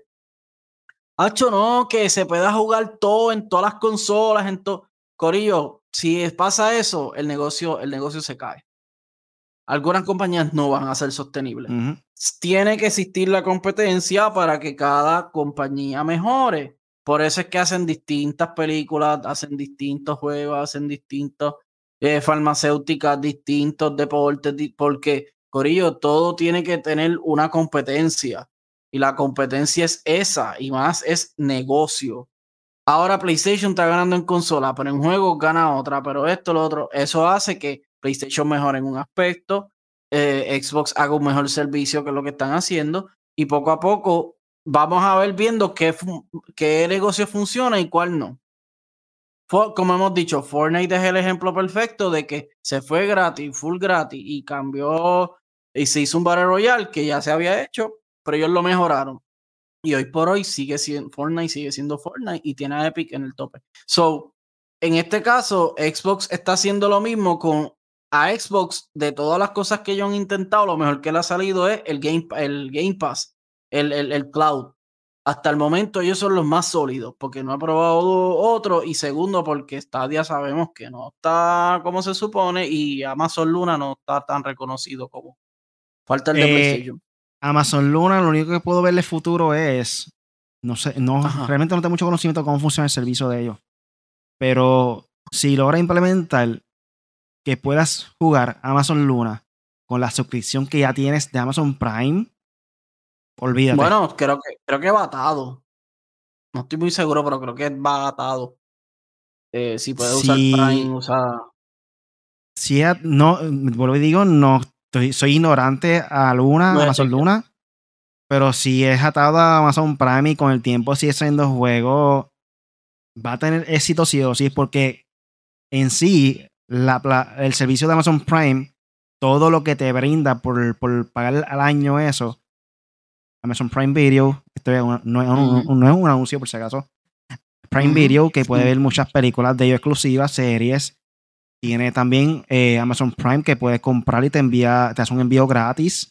Hacho, no, que se pueda jugar todo en todas las consolas, en todo. Corillo, si pasa eso, el negocio se cae. Algunas compañías no van a ser sostenibles. Tiene que existir la competencia para que cada compañía mejore. Por eso es que hacen distintas películas, hacen distintos juegos, hacen distintos farmacéuticas, distintos deportes, porque, Corillo, todo tiene que tener una competencia. Y la competencia es esa, y más es negocio. Ahora PlayStation está ganando en consola, pero en juegos gana otra, pero esto, lo otro, eso hace que PlayStation mejore en un aspecto, Xbox haga un mejor servicio que lo que están haciendo, y poco a poco vamos a ver viendo qué negocio funciona y cuál no. Como hemos dicho, Fortnite es el ejemplo perfecto de que se fue gratis, full gratis, y cambió y se hizo un Battle Royale que ya se había hecho, pero ellos lo mejoraron. Y hoy por hoy Fortnite sigue siendo Fortnite y tiene a Epic en el tope. So, en este caso, Xbox está haciendo lo mismo con a Xbox. De todas las cosas que ellos han intentado, lo mejor que le ha salido es el Game Pass, el cloud. Hasta el momento ellos son los más sólidos porque no ha probado otro, y segundo porque Stadia sabemos que no está como se supone, y Amazon Luna no está tan reconocido como falta el de PlayStation. Amazon Luna, lo único que puedo verle futuro es, no sé, realmente no tengo mucho conocimiento de cómo funciona el servicio de ellos, pero si logra implementar que puedas jugar Amazon Luna con la suscripción que ya tienes de Amazon Prime, olvídate. Bueno, creo que va atado. No estoy muy seguro, pero creo que va atado. Si puede usar Prime, usa. Si no, vuelvo y digo, no soy ignorante a Luna, Amazon Luna, pero si es atado a Amazon Prime y con el tiempo sigue siendo juego, va a tener éxito sí o sí, porque en sí el servicio de Amazon Prime, todo lo que te brinda por pagar al año eso, Amazon Prime Video, no es un anuncio por si acaso, Prime Video, que puede ver muchas películas de ellos exclusivas, series. Tiene también Amazon Prime, que puedes comprar y te hace un envío gratis.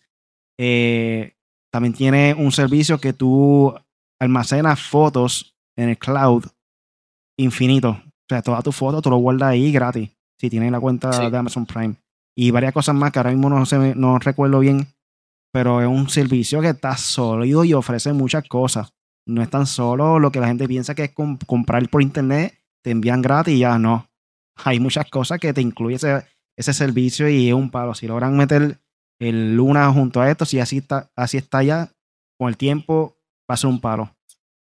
También tiene un servicio que tú almacenas fotos en el cloud infinito. O sea, todas tus fotos tú lo guardas ahí gratis si tienes la cuenta de Amazon Prime. Y varias cosas más que ahora mismo no recuerdo bien, pero es un servicio que está sólido y ofrece muchas cosas. No es tan solo lo que la gente piensa que es comprar por internet, te envían gratis y ya no. Hay muchas cosas que te incluye ese servicio y es un palo. Si logran meter el Luna junto a esto, si así está ya, con el tiempo va a ser un palo.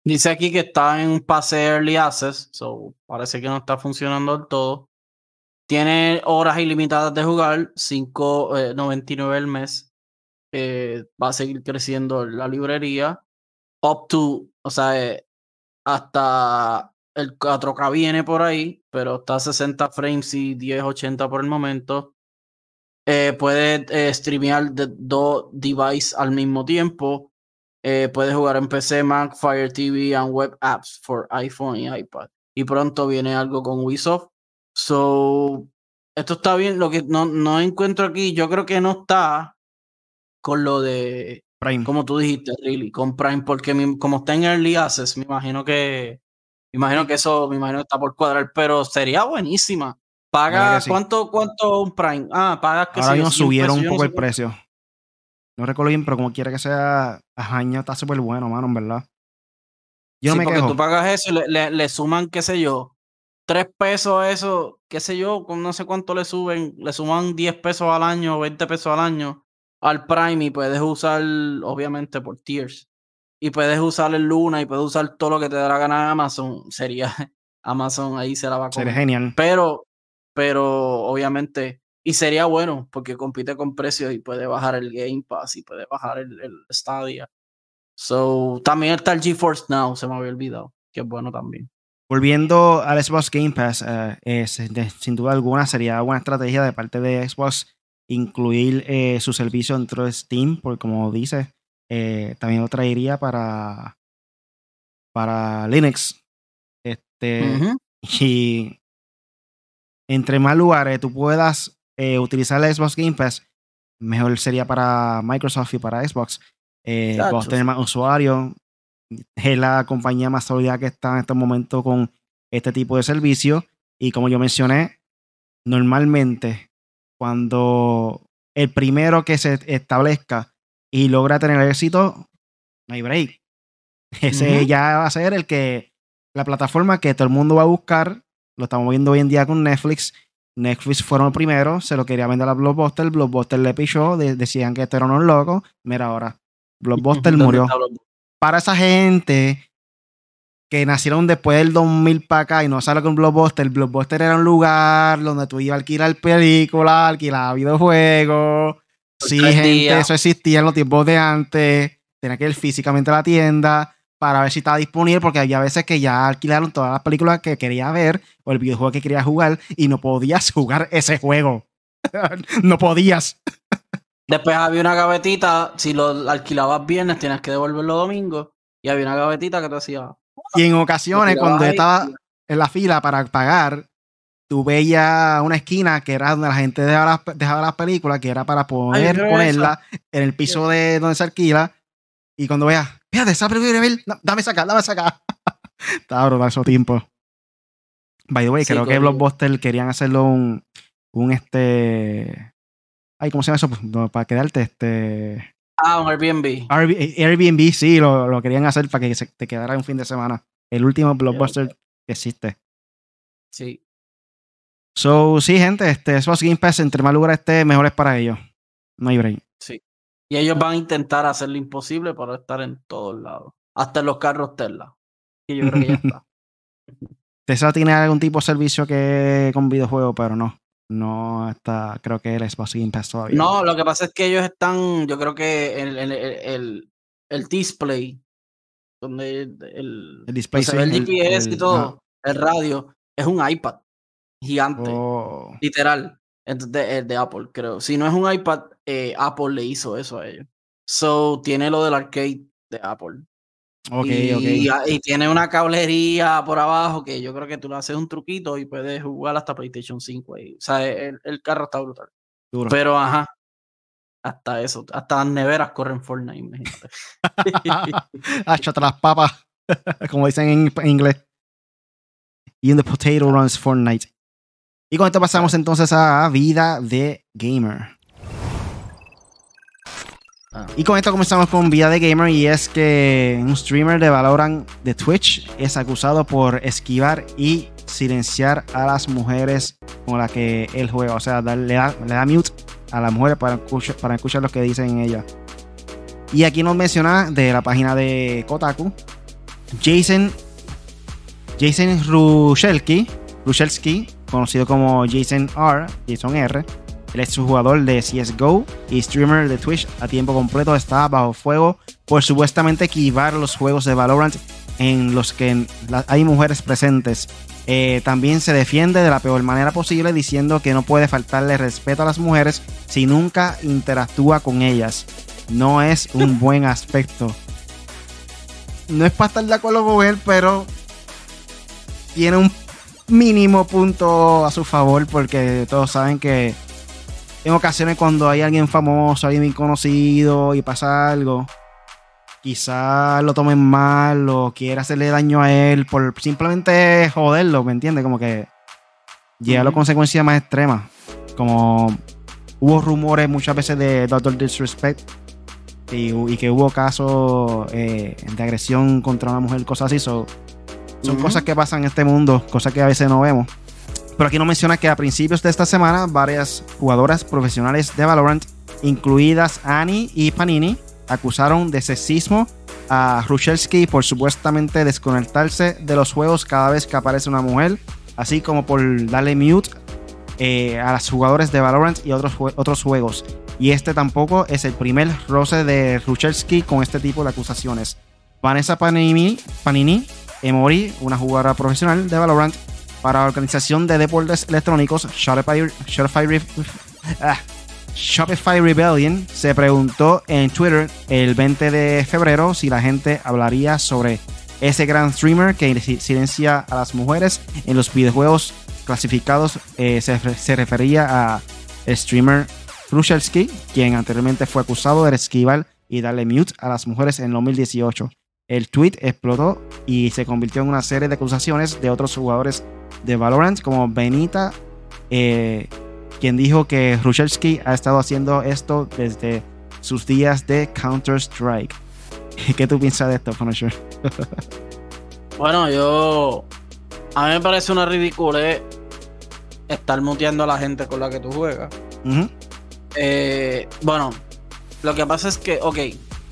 Dice aquí que está en pase Early Access, so parece que no está funcionando del todo. Tiene horas ilimitadas de jugar, $5.99 el mes. Va a seguir creciendo la librería. Up to, o sea, hasta el 4K viene por ahí, pero está a 60 frames y 1080 por el momento. Puede streamear de 2 devices al mismo tiempo. Puede jugar en PC, Mac, Fire TV and web apps for iPhone y iPad. Y pronto viene algo con Ubisoft. So, esto está bien. Lo que no encuentro aquí, yo creo que no está con lo de Prime. Como tú dijiste, really, con Prime, porque como está en Early Access, me imagino que eso está por cuadrar, pero sería buenísima. Paga, sí. ¿cuánto un Prime? Pagas que ahora mismo subieron un poco el sé precio. No recuerdo bien, pero como quiera que sea, año está súper bueno, mano, en verdad. Yo no me porque quejo. tú pagas eso y le suman, qué sé yo, $3 a eso, qué sé yo, no sé cuánto le suman $10 al año, $20 al año al Prime y puedes usar, obviamente, por tiers. Y puedes usar el Luna y puedes usar todo lo que te dé la gana en Amazon. Amazon ahí se la va a comer. Sería genial. Pero obviamente, y sería bueno porque compite con precios y puede bajar el Game Pass y puede bajar el Stadia. So, también está el GeForce Now, se me había olvidado, que es bueno también. Volviendo al Xbox Game Pass, sin duda alguna sería buena estrategia de parte de Xbox incluir su servicio dentro de Steam, porque como dice, también lo traería para Linux. Y entre más lugares tú puedas utilizar el Xbox Game Pass, mejor sería para Microsoft y para Xbox. Vas a tener más usuarios. Es la compañía más sólida que está en este momento con este tipo de servicio. Y como yo mencioné, normalmente cuando el primero que se establezca y logra tener éxito, no hay break. Ese ya va a ser la plataforma que todo el mundo va a buscar. Lo estamos viendo hoy en día con Netflix. Netflix fueron los primeros, se lo quería vender a Blockbuster. Blockbuster le pichó, decían que esto era unos locos. Mira ahora, Blockbuster murió. Para esa gente que nacieron después del 2000 para acá y no sabe con Blockbuster, Blockbuster era un lugar donde tú ibas a alquilar películas, alquilar videojuegos. Sí, gente, eso existía en los tiempos de antes. Tenía que ir físicamente a la tienda para ver si estaba disponible, porque había veces que ya alquilaron todas las películas que quería ver o el videojuego que quería jugar y no podías jugar ese juego. No podías. Después había una gavetita, si lo alquilabas viernes tenías que devolverlo domingo y había una gavetita que te hacía. Y en ocasiones cuando estaba en la fila para pagar, tú veías una esquina que era donde la gente dejaba las películas, que era para poder ponerla en el piso de donde se alquila. Y cuando veas, fíjate, esa película, dame sacar. Estaba brutal esos tiempos. By the way, creo que Blockbuster querían hacerlo un ay, ¿cómo se llama eso? Pues, para quedarte, un Airbnb. Airbnb, sí, lo querían hacer para que te quedara un fin de semana. El último Blockbuster que existe. Sí. So, sí, gente, Xbox Game Pass, entre más lugares mejor es para ellos. No hay break. Sí. Y ellos van a intentar hacer lo imposible para estar en todos lados. Hasta en los carros Tesla. Que yo creo que ya está. Tesla tiene algún tipo de servicio con videojuegos, pero no. No está, creo que el Xbox Game Pass todavía. No, lo que pasa es que ellos están, yo creo que el display, donde el display, se ve el GPS y todo, el radio, es un iPad gigante, literal. Entonces, de Apple, creo. Si no es un iPad, Apple le hizo eso a ellos. So, tiene lo del arcade de Apple. Y tiene una cablería por abajo que yo creo que tú le haces un truquito y puedes jugar hasta PlayStation 5 ahí. O sea, el carro está brutal. Duro. Pero hasta eso, hasta las neveras corren Fortnite, imagínate. Hasta las papas, como dicen en inglés. Y en the potato runs Fortnite. Y con esto pasamos entonces a Vida de Gamer. Y con esto comenzamos con Vida de Gamer, y es que un streamer de Valorant de Twitch es acusado por esquivar y silenciar a las mujeres con las que él juega. O sea, le da mute a las mujeres para escuchar lo que dicen ella. Y aquí nos menciona de la página de Kotaku Jason Ruchelski, conocido como Jason R. El exjugador de CSGO y streamer de Twitch a tiempo completo, está bajo fuego por supuestamente esquivar los juegos de Valorant en los que hay mujeres presentes. También se defiende de la peor manera posible, diciendo que no puede faltarle respeto a las mujeres si nunca interactúa con ellas. No es un buen aspecto. No es para estar de acuerdo con él, pero tiene un mínimo punto a su favor, porque todos saben que en ocasiones cuando hay alguien famoso, alguien bien conocido y pasa algo, quizás lo tomen mal o quiera hacerle daño a él por simplemente joderlo, ¿me entiendes? Como que llega a las consecuencias más extremas. Como hubo rumores muchas veces de Dr. Disrespect y que hubo casos de agresión contra una mujer, cosas así. Son cosas que pasan en este mundo, cosas que a veces no vemos. Pero aquí nos menciona que a principios de esta semana varias jugadoras profesionales de Valorant, incluidas Annie y Panini, acusaron de sexismo a Ruchelski por supuestamente desconectarse de los juegos cada vez que aparece una mujer, así como por darle mute a las jugadoras de Valorant y otros juegos. Y este tampoco es el primer roce de Ruchelski con este tipo de acusaciones. Vanessa Panini Emory, una jugadora profesional de Valorant para la organización de deportes electrónicos Shopify Rebellion, se preguntó en Twitter el 20 de febrero si la gente hablaría sobre ese gran streamer que silencia a las mujeres en los videojuegos clasificados. Se refería a el streamer Ruchelski, quien anteriormente fue acusado de esquivar y darle mute a las mujeres en 2018. El tweet explotó y se convirtió en una serie de acusaciones de otros jugadores de Valorant, como Benita, quien dijo que Ruchelski ha estado haciendo esto desde sus días de Counter-Strike. ¿Qué tú piensas de esto, Punisher? Bueno, a mí me parece una ridiculez estar muteando a la gente con la que tú juegas. Uh-huh. Bueno, lo que pasa es que, ok,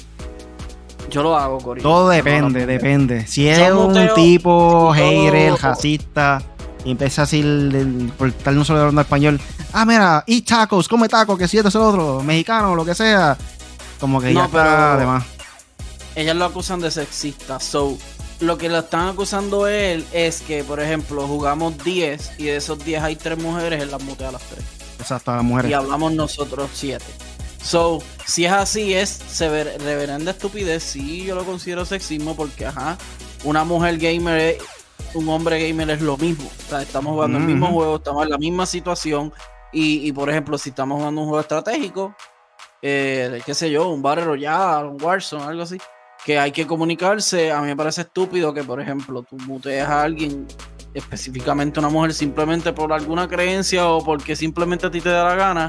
yo lo hago, Cory. Todo depende. Si es un tipo hater, racista, y empieza así por estar no solo hablando español, mira, eat tacos, come tacos, que si esto es el otro, mexicano, lo que sea, como que no, ya está además. Ellas lo acusan de sexista, so lo que lo están acusando él es que, por ejemplo, jugamos 10 y de esos 10 hay 3 mujeres, él las mutea a las 3. Exacto, a las mujeres. Y hablamos nosotros 7. So, si es así, es reverenda estupidez. Sí, yo lo considero sexismo porque, una mujer gamer, un hombre gamer es lo mismo. O sea, estamos jugando el mismo juego, estamos en la misma situación. Y por ejemplo, si estamos jugando un juego estratégico, qué sé yo, un Battle Royale, un Warzone, algo así, que hay que comunicarse, a mí me parece estúpido que, por ejemplo, tú mutees a alguien, específicamente una mujer, simplemente por alguna creencia o porque simplemente a ti te da la gana.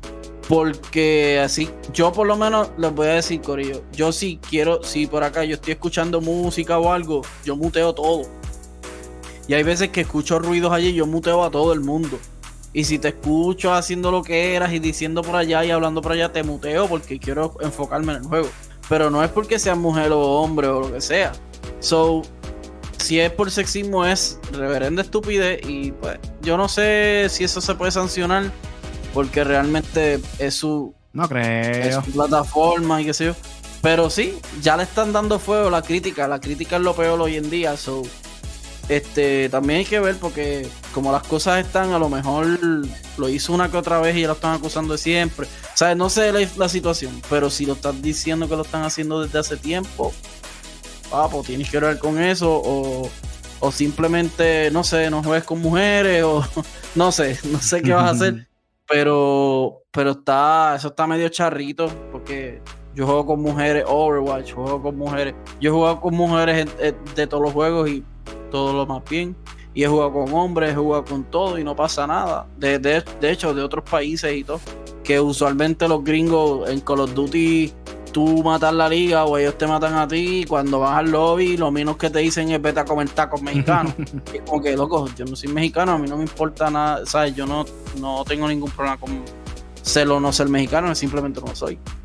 Porque así, yo por lo menos les voy a decir, corillo, yo sí quiero, si por acá yo estoy escuchando música o algo, yo muteo todo. Y hay veces que escucho ruidos allí y yo muteo a todo el mundo. Y si te escucho haciendo lo que eras y diciendo por allá y hablando por allá, te muteo porque quiero enfocarme en el juego. Pero no es porque seas mujer o hombre o lo que sea. So, si es por sexismo, es reverenda estupidez. Y pues, yo no sé si eso se puede sancionar, porque realmente es su plataforma y qué sé yo. Pero sí, ya le están dando fuego a la crítica. La crítica es lo peor hoy en día. So, también hay que ver, porque como las cosas están, a lo mejor lo hizo una que otra vez y ya lo están acusando de siempre. O sea, no sé la situación, pero si lo estás diciendo que lo están haciendo desde hace tiempo, pues tienes que ver con eso, o simplemente, no sé, no juegues con mujeres, o no sé qué vas a hacer. Pero eso está medio charrito, porque yo juego con mujeres, Overwatch, juego con mujeres. Yo he jugado con mujeres de todos los juegos y todo lo más bien. Y he jugado con hombres, he jugado con todo y no pasa nada. De hecho, de otros países y todo, que usualmente los gringos en Call of Duty, tú matas la liga o ellos te matan a ti, y cuando vas al lobby lo menos que te dicen es vete a comer tacos mexicanos. Y es como que, loco, yo no soy mexicano, a mí no me importa nada, ¿sabes? Yo no tengo ningún problema con ser o no ser mexicano, simplemente no soy.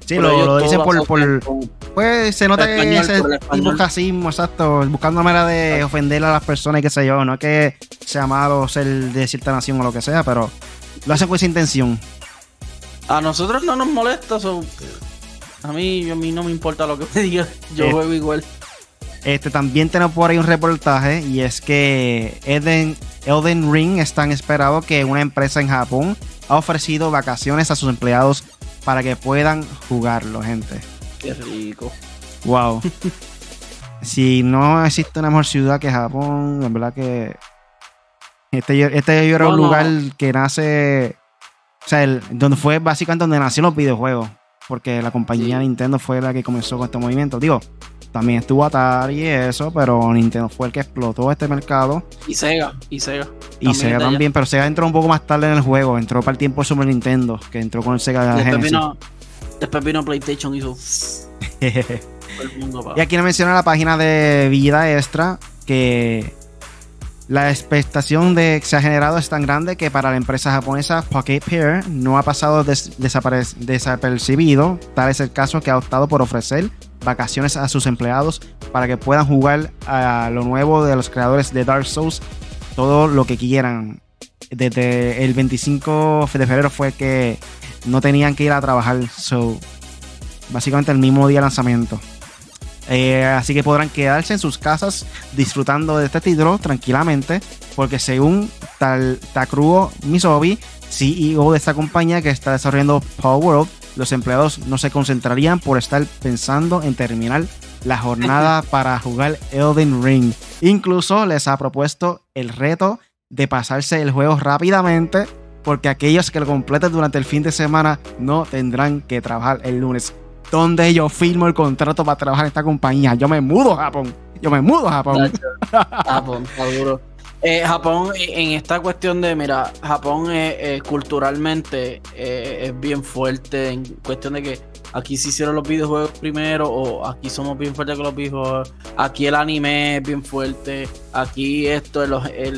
Sí, lo dicen pues se nota que ese tipo de racismo, exacto, buscando manera de ofender a las personas y qué sé yo, no es que sea malo ser de cierta nación o lo que sea, pero lo hacen con esa intención. A nosotros no nos molesta, a mí no me importa lo que me digan, yo juego igual. También tenemos por ahí un reportaje y es que Elden Ring es tan esperado que una empresa en Japón ha ofrecido vacaciones a sus empleados para que puedan jugarlo, gente. Qué rico. Wow. Si no existe una mejor ciudad que Japón, en verdad que este era un lugar que nace, o sea, donde fue básicamente donde nacieron los videojuegos, porque la compañía Nintendo fue la que comenzó con este movimiento. Digo, también estuvo Atari y eso, pero Nintendo fue el que explotó este mercado. Y Sega. Y Sega también, pero Sega entró un poco más tarde en el juego. Entró para el tiempo de Super Nintendo, que entró con el Sega Genesis. Después vino PlayStation y hizo... el mundo, y aquí nos menciona la página de Vida Extra que la expectación de que se ha generado es tan grande que para la empresa japonesa Pocket Pair no ha pasado desapercibido. Tal es el caso que ha optado por ofrecer vacaciones a sus empleados para que puedan jugar a lo nuevo de los creadores de Dark Souls, todo lo que quieran. Desde el 25 de febrero fue que no tenían que ir a trabajar, básicamente el mismo día de lanzamiento. Así que podrán quedarse en sus casas disfrutando de este título tranquilamente, porque según Takuruo Misobi, CEO de esta compañía que está desarrollando Power World, los empleados no se concentrarían por estar pensando en terminar la jornada para jugar Elden Ring. Incluso les ha propuesto el reto de pasarse el juego rápidamente, porque aquellos que lo completen durante el fin de semana no tendrán que trabajar el lunes. ¿Dónde yo firmo el contrato para trabajar en esta compañía? Yo me mudo a Japón. Japón, está duro. Japón, en esta cuestión de, mira, Japón culturalmente es bien fuerte en cuestión de que aquí se hicieron los videojuegos primero, o aquí somos bien fuertes con los videojuegos, aquí el anime es bien fuerte, aquí esto,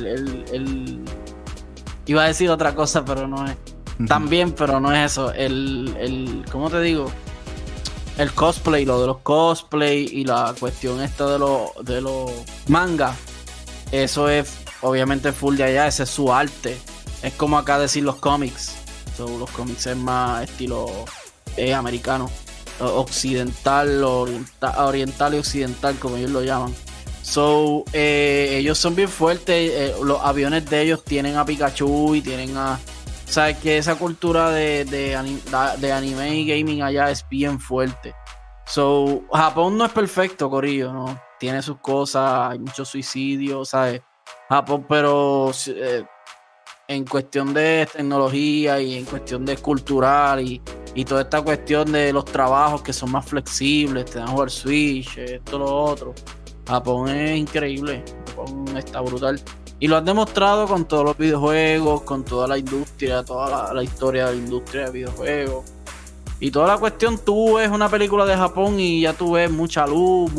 iba a decir otra cosa, pero no es. También, pero no es eso. ¿Cómo te digo? El cosplay, lo de los cosplay y la cuestión esta de los mangas, eso es obviamente full de allá, ese es su arte. Es como acá decir los cómics. Los cómics es más estilo americano, occidental, oriental y occidental, como ellos lo llaman. Ellos son bien fuertes. Los aviones de ellos tienen a Pikachu y tienen a... Sabes que esa cultura de anime y gaming allá es bien fuerte. Japón no es perfecto, corillo, ¿no? Tiene sus cosas, hay muchos suicidios, ¿sabes? Japón, pero en cuestión de tecnología y en cuestión de cultural y toda esta cuestión de los trabajos que son más flexibles, te dan a jugar Switch, esto, lo otro. Japón es increíble, Japón está brutal. Y lo han demostrado con todos los videojuegos, con toda la industria, toda la historia de la industria de videojuegos. Y toda la cuestión, tú ves una película de Japón y ya tú ves mucha luz,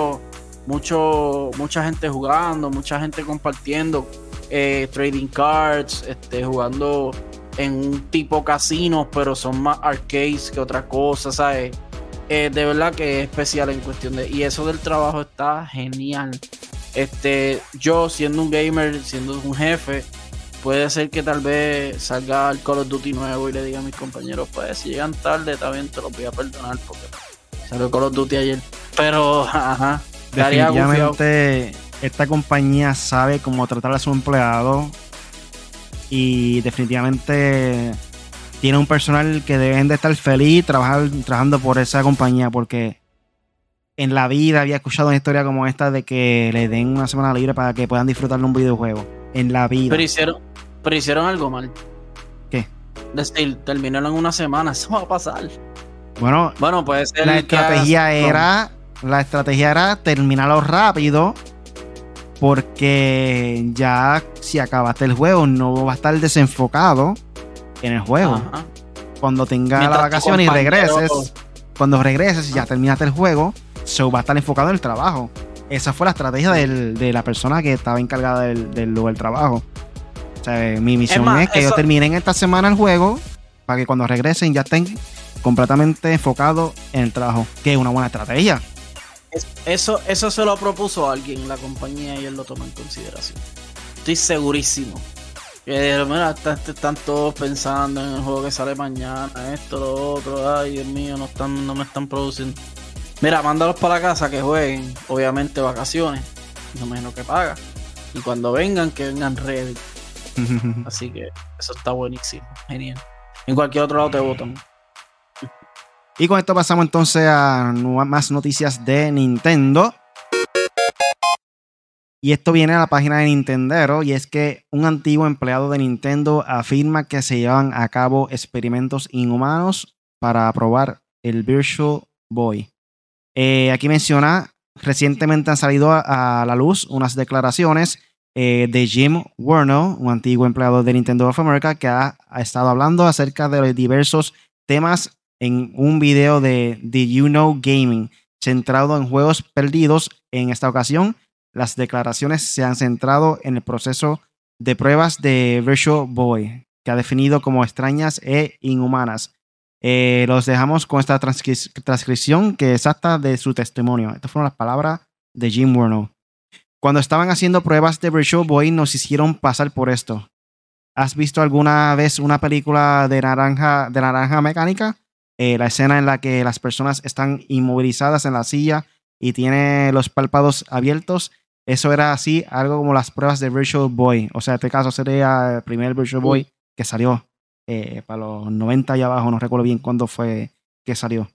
mucha gente jugando, mucha gente compartiendo, trading cards, jugando en un tipo casinos, pero son más arcades que otra cosa, ¿sabes? De verdad que es especial en cuestión de... Y eso del trabajo está genial. Yo siendo un gamer, siendo un jefe, puede ser que tal vez salga el Call of Duty nuevo y le diga a mis compañeros, pues si llegan tarde, está bien, te los voy a perdonar porque salió Call of Duty ayer. Pero, ajá. Definitivamente esta compañía sabe cómo tratar a su empleado y definitivamente tiene un personal que deben de estar feliz trabajando por esa compañía, porque en la vida había escuchado una historia como esta de que le den una semana libre para que puedan disfrutar de un videojuego. En la vida. Pero hicieron algo mal. ¿Qué? Terminaron en una semana. Eso va a pasar. Bueno, puede ser. La estrategia era terminarlo rápido, porque ya si acabaste el juego no va a estar desenfocado en el juego. Ajá. Cuando tengas la vacación y regreses, cuando regreses ya terminaste el juego, va a estar enfocado en el trabajo. Esa fue la estrategia de la persona que estaba encargada del trabajo. O sea, mi misión es que ellos terminen esta semana el juego para que cuando regresen ya estén completamente enfocado en el trabajo, que es una buena estrategia. Eso se lo propuso alguien en la compañía y él lo toma en consideración. Estoy segurísimo. Mira, están todos pensando en el juego que sale mañana, esto, lo otro. Ay, Dios mío, no me están produciendo. Mira, mándalos para la casa que jueguen, obviamente vacaciones, no menos que paga. Y cuando vengan, que vengan ready. Así que eso está buenísimo, genial. En cualquier otro lado te votan. Y con esto pasamos entonces a más noticias de Nintendo. Y esto viene a la página de Nintendero, y es que un antiguo empleado de Nintendo afirma que se llevan a cabo experimentos inhumanos para probar el Virtual Boy. Aquí menciona, recientemente han salido a la luz unas declaraciones de Jim Warno, un antiguo empleado de Nintendo of America, que ha estado hablando acerca de diversos temas en un video de You Know Gaming, centrado en juegos perdidos. En esta ocasión, las declaraciones se han centrado en el proceso de pruebas de Virtual Boy, que ha definido como extrañas e inhumanas. Los dejamos con esta transcripción que es exacta de su testimonio. Estas fueron las palabras de Jim Warno. Cuando estaban haciendo pruebas de Virtual Boy, nos hicieron pasar por esto. ¿Has visto alguna vez una película de naranja mecánica? La escena en la que las personas están inmovilizadas en la silla y tienen los párpados abiertos. Eso era así, algo como las pruebas de Virtual Boy. O sea, en este caso sería el primer Virtual Boy que salió para los 90 y abajo. No recuerdo bien cuándo fue que salió.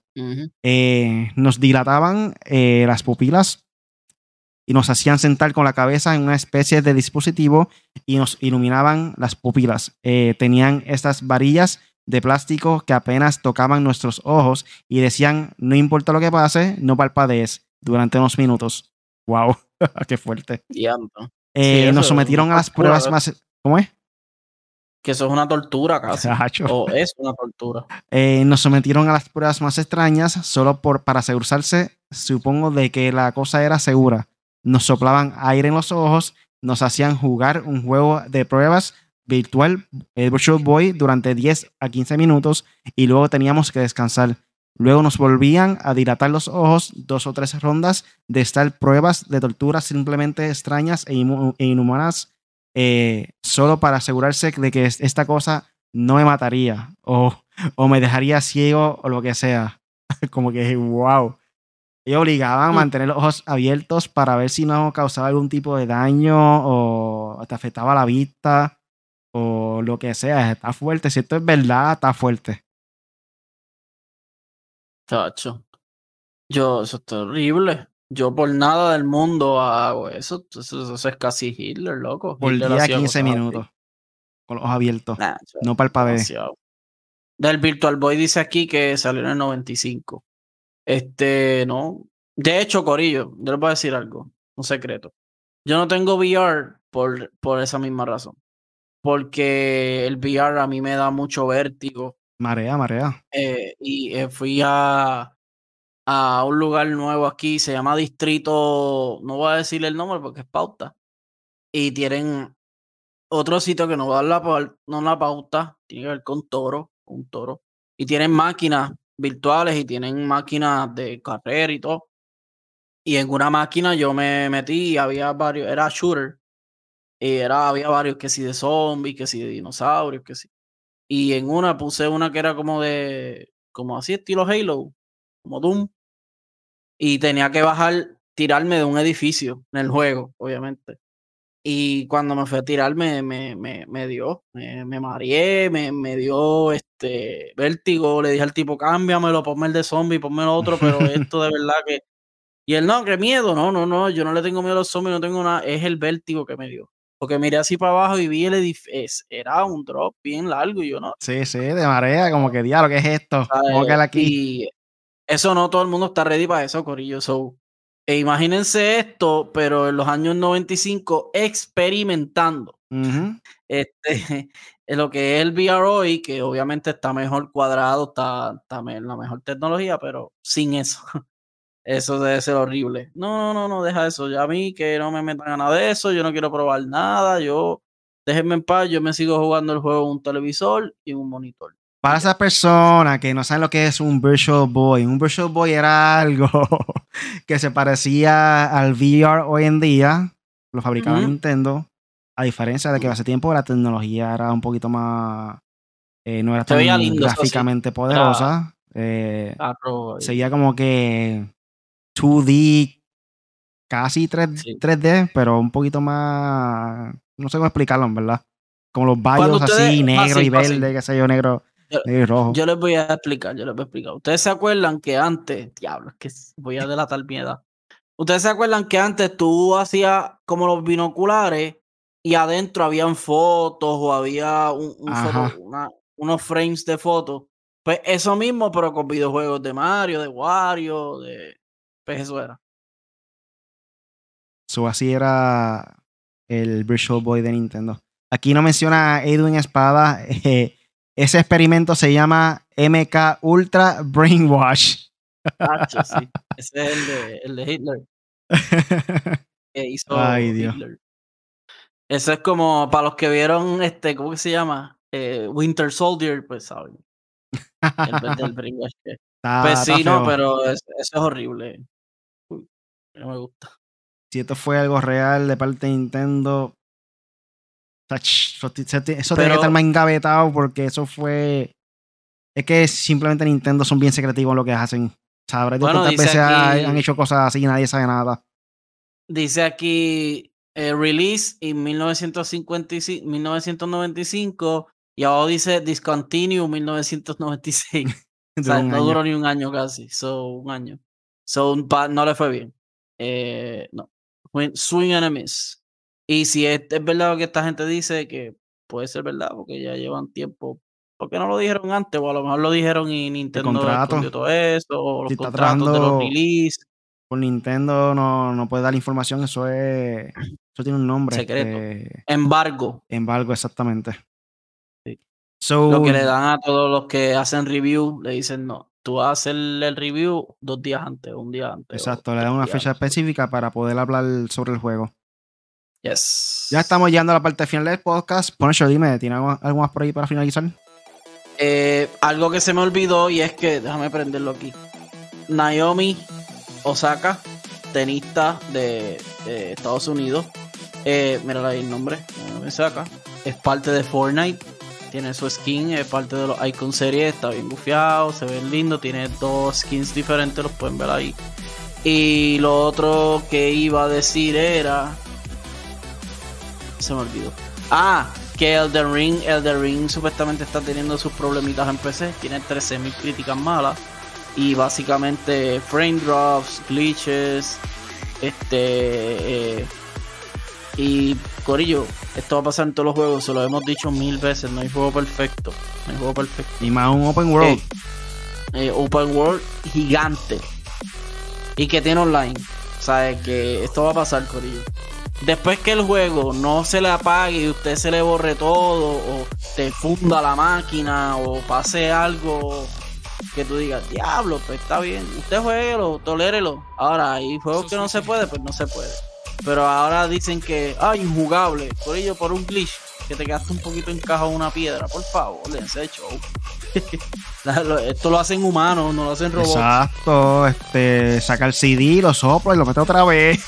Nos dilataban las pupilas y nos hacían sentar con la cabeza en una especie de dispositivo y nos iluminaban las pupilas. Tenían estas varillas de plástico que apenas tocaban nuestros ojos y decían, no importa lo que pase, no parpadees durante unos minutos. ¡Wow! ¡Qué fuerte! Nos sometieron a las pruebas más... ¿Cómo es? Que eso es una tortura casi. O es una tortura. Nos sometieron a las pruebas más extrañas solo para asegurarse, supongo, de que la cosa era segura. Nos soplaban aire en los ojos, nos hacían jugar un juego de pruebas virtual, el Virtual Boy, durante 10 a 15 minutos y luego teníamos que descansar. Luego nos volvían a dilatar los ojos 2 o 3 rondas de estas pruebas de tortura simplemente extrañas e inhumanas, solo para asegurarse de que esta cosa no me mataría o me dejaría ciego o lo que sea. Como que, wow. Y obligaban a mantener los ojos abiertos para ver si no causaba algún tipo de daño o te afectaba la vista o lo que sea. Está fuerte. Si esto es verdad, está fuerte. Tacho. Eso es terrible. Yo por nada del mundo hago eso. Eso es casi Hitler, loco. Por Hitler día 15 minutos. Así. Con los ojos abiertos. No parpadees. Del Virtual Boy dice aquí que salió en el 95. No. De hecho, Corillo, yo les voy a decir algo. Un secreto. Yo no tengo VR por esa misma razón. Porque el VR a mí me da mucho vértigo. Marea. Fui a un lugar nuevo aquí, se llama Distrito, no voy a decirle el nombre porque es pauta. Y tienen otro sitio que no va a dar la pauta, tiene que ver con un toro. Y tienen máquinas virtuales y tienen máquinas de carrera y todo. Y en una máquina yo me metí y había varios, era shooter. Y había varios que sí de zombies, que sí de dinosaurios, que sí. Y en una puse una que era como así estilo Halo, como Doom. Y tenía que tirarme de un edificio en el juego, obviamente. Y cuando me fui a tirar me mareé, me dio vértigo. Le dije al tipo, cámbiamelo, ponme el de zombie, ponme el otro, pero esto de verdad que... Y él, no, qué miedo, no, yo no le tengo miedo a los zombies, no tengo nada, es el vértigo que me dio. Porque miré así para abajo y vi el edificio, era un drop bien largo y yo no. Sí, de marea, como que diablo, ¿qué es esto? ¿Cómo que aquí? Y eso no todo el mundo está ready para eso, corillo. Imagínense esto, pero en los años 95 experimentando. Lo que es el VR hoy, que obviamente está mejor cuadrado, está en la mejor tecnología, pero sin eso. Eso debe ser horrible. No, deja eso. Ya a mí que no me metan a nada de eso, yo no quiero probar nada, déjenme en paz, yo me sigo jugando el juego en un televisor y un monitor. Para esas personas que no saben lo que es un Virtual Boy era algo que se parecía al VR hoy en día. Lo fabricaba Nintendo. A diferencia de que hace tiempo la tecnología era un poquito más... no era tan lindo, gráficamente poderosa. Seguía como que 2D, casi 3D, pero un poquito más... No sé cómo explicarlo, en verdad. Como los vallos así, negro y verde, qué sé yo, negro y rojo. Yo les voy a explicar. Ustedes se acuerdan que antes... Diablo, es que voy a delatar mi edad. Ustedes se acuerdan que antes tú hacías como los binoculares y adentro habían fotos o había unos frames de fotos. Pues eso mismo, pero con videojuegos de Mario, de Wario, pues eso era. Así era el Virtual Boy de Nintendo. Aquí no menciona Edwin Espada. Ese experimento se llama MK Ultra Brainwash. Sí. Ese es el de Hitler. Que hizo Hitler. Eso es como para los que vieron ¿cómo que se llama? Winter Soldier, pues saben. El Brainwash. Pues sí, no, pero eso es horrible. Uy, no me gusta. Si esto fue algo real de parte de Nintendo, eso tiene que estar más engavetado porque eso fue... Es que simplemente Nintendo son bien secretivos en lo que hacen. ¿Sabrás cuántas veces han hecho cosas así y nadie sabe nada? Dice aquí, release en 1995 y ahora dice discontinue 1996. O sea, no duró ni un año casi. Un año. No le fue bien. No. Swing and a miss. Y si es verdad lo que esta gente dice, que puede ser verdad, porque ya llevan tiempo. ¿Por qué no lo dijeron antes? O a lo mejor lo dijeron y Nintendo escondió todo eso, o los contratos de los release. Por Nintendo no puede dar información, eso tiene un nombre. Secreto. Embargo, exactamente. Sí. Lo que le dan a todos los que hacen review, le dicen no. Tú vas a hacer el review 2 días antes, un día antes. Exacto, le dan una fecha específica para poder hablar sobre el juego. Yes. Ya estamos llegando a la parte final del podcast. Punisher, dime, ¿tiene algo más por ahí para finalizar? Algo que se me olvidó y es que, déjame prenderlo aquí. Naomi Osaka, tenista de Estados Unidos. Mira ahí el nombre. Naomi Osaka. Es parte de Fortnite. Tiene su skin, es parte de los Icon Series, está bien bufiado, se ve lindo, tiene 2 skins diferentes, los pueden ver ahí. Y lo otro que iba a decir era... Se me olvidó. Que Elden Ring supuestamente está teniendo sus problemitas en PC, tiene 13.000 críticas malas. Y básicamente frame drops, glitches, y corillo, esto va a pasar en todos los juegos, se lo hemos dicho 1000 veces, no hay juego perfecto. Y más un open world. Open world gigante. Y que tiene online. O sea, que esto va a pasar, corillo. Después que el juego no se le apague y usted se le borre todo, o te funda la máquina, o pase algo que tú digas, diablo, pues está bien, usted jueguelo, tolérelo. Ahora, hay juegos que no se puede, pues no se puede. Pero ahora dicen que, injugable, corillo, por un glitch, que te quedaste un poquito encajado en una piedra. Por favor, dense show. Esto lo hacen humanos, no lo hacen robots. Exacto, saca el CD, lo sopla y lo mete otra vez.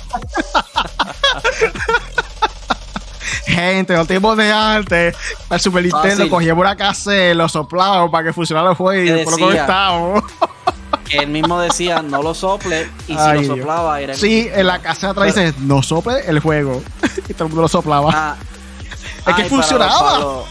Gente, los tiempos de antes, el Super Nintendo cogíamos una cassette, lo soplábamos para que funcionara el juego y después lo conectábamos. Él mismo decía, no lo sople, y si lo soplaba era... Sí, en la casa atrás dice, no sople el juego. Y todo el mundo lo soplaba. Es que funcionaba.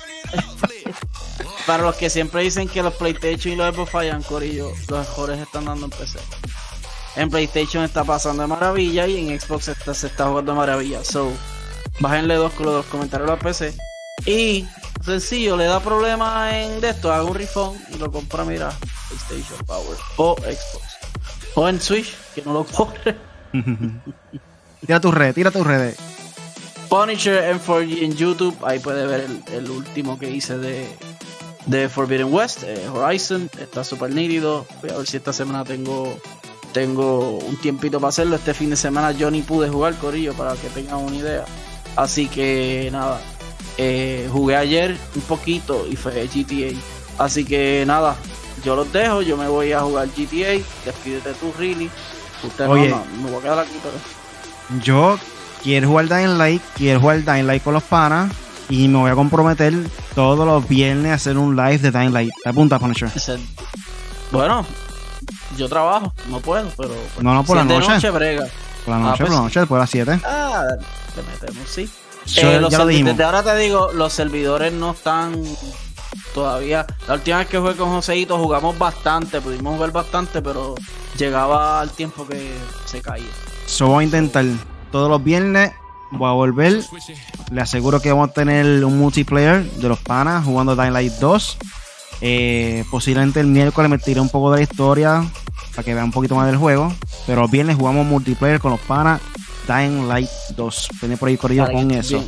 Para los que siempre dicen que los PlayStation y los Xbox fallan, corillo, los mejores están dando en PC. En PlayStation está pasando de maravilla y en Xbox se está jugando de maravilla. So, bájenle los comentarios a la PC. Y, sencillo, le da problemas en esto, haga un refund y lo compra, mira, PlayStation Power o Xbox. O en Switch, que no lo corre. Tira tus redes. Punisher en YouTube, ahí puede ver el último que hice de Forbidden West, Horizon, está súper nítido. Voy a ver si esta semana tengo un tiempito para hacerlo. Este fin de semana yo ni pude jugar, corillo, para que tengan una idea. Así que nada, jugué ayer un poquito y fue GTA. Así que nada, yo los dejo, yo me voy a jugar GTA, despídete tú, Really. Usted Oye, no, me voy a quedar aquí, pero... Yo quiero jugar Dying Light con los panas y me voy a comprometer todos los viernes a hacer un live de Dying Light. ¿Te apuntas, Punisher? Bueno, yo trabajo, no puedo, pero... Pues, No, por la noche. De noche brega. Por la noche, después de las 7. Le metemos, sí. Ya lo dijimos. Desde ahora te digo, los servidores no están todavía. La última vez que jugué con Joseito jugamos bastante, pudimos jugar bastante, pero llegaba al tiempo que se caía. Voy a intentar todos los viernes, voy a volver. Le aseguro que vamos a tener un multiplayer de los panas jugando Dying Light 2. Posiblemente el miércoles me tiré un poco de la historia para que vean un poquito más del juego. Pero los viernes jugamos multiplayer con los panas Dying Light 2. Tenés por ahí corrido con eso.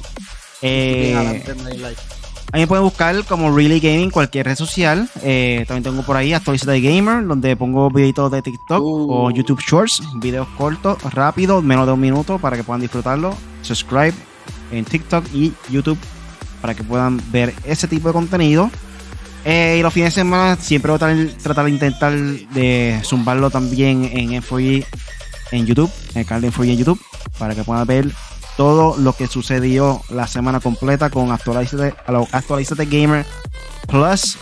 Ahí me pueden buscar como Really Gaming, cualquier red social. También tengo por ahí Actualízate Gamer, donde pongo videitos de TikTok o YouTube Shorts, videos cortos, rápidos, menos de 1 minuto para que puedan disfrutarlo. Subscribe en TikTok y YouTube para que puedan ver ese tipo de contenido. Y los fines de semana siempre voy a tratar de intentar de zumbarlo también en N4G en YouTube, en el canal de N4G en YouTube, para que puedan ver todo lo que sucedió la semana completa con Actualízate Gamer Plus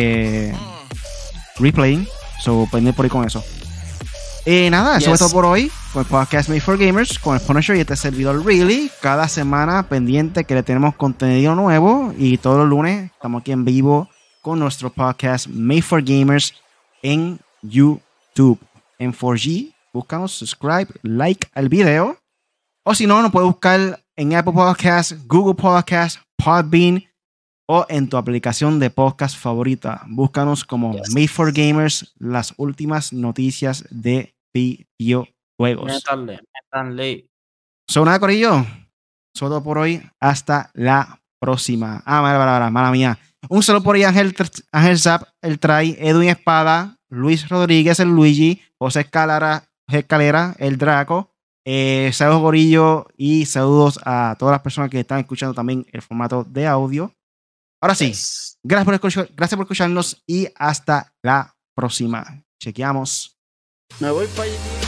Replay. Pendiente por ahí con eso. Nada, eso es todo por hoy con el podcast Made for Gamers, con el Punisher y este servidor Really. Cada semana pendiente que le tenemos contenido nuevo y todos los lunes estamos aquí en vivo con nuestro podcast Made for Gamers en YouTube. En 4G, búscanos, subscribe, like al video. O si no, nos puedes buscar en Apple Podcasts, Google Podcasts, Podbean o en tu aplicación de podcast favorita. Búscanos como Made for Gamers, las últimas noticias de videojuegos. Métanle. Nada, corillo. Todo por hoy. Hasta la próxima. Mala mía. Un saludo por ahí, Ángel Zap, el Try, Edwin Espada, Luis Rodríguez, el Luigi, José Escalera, el Draco. Saludos, gorillo, y saludos a todas las personas que están escuchando también el formato de audio. Ahora sí, gracias por escucharnos y hasta la próxima. Chequeamos. Me voy para allí.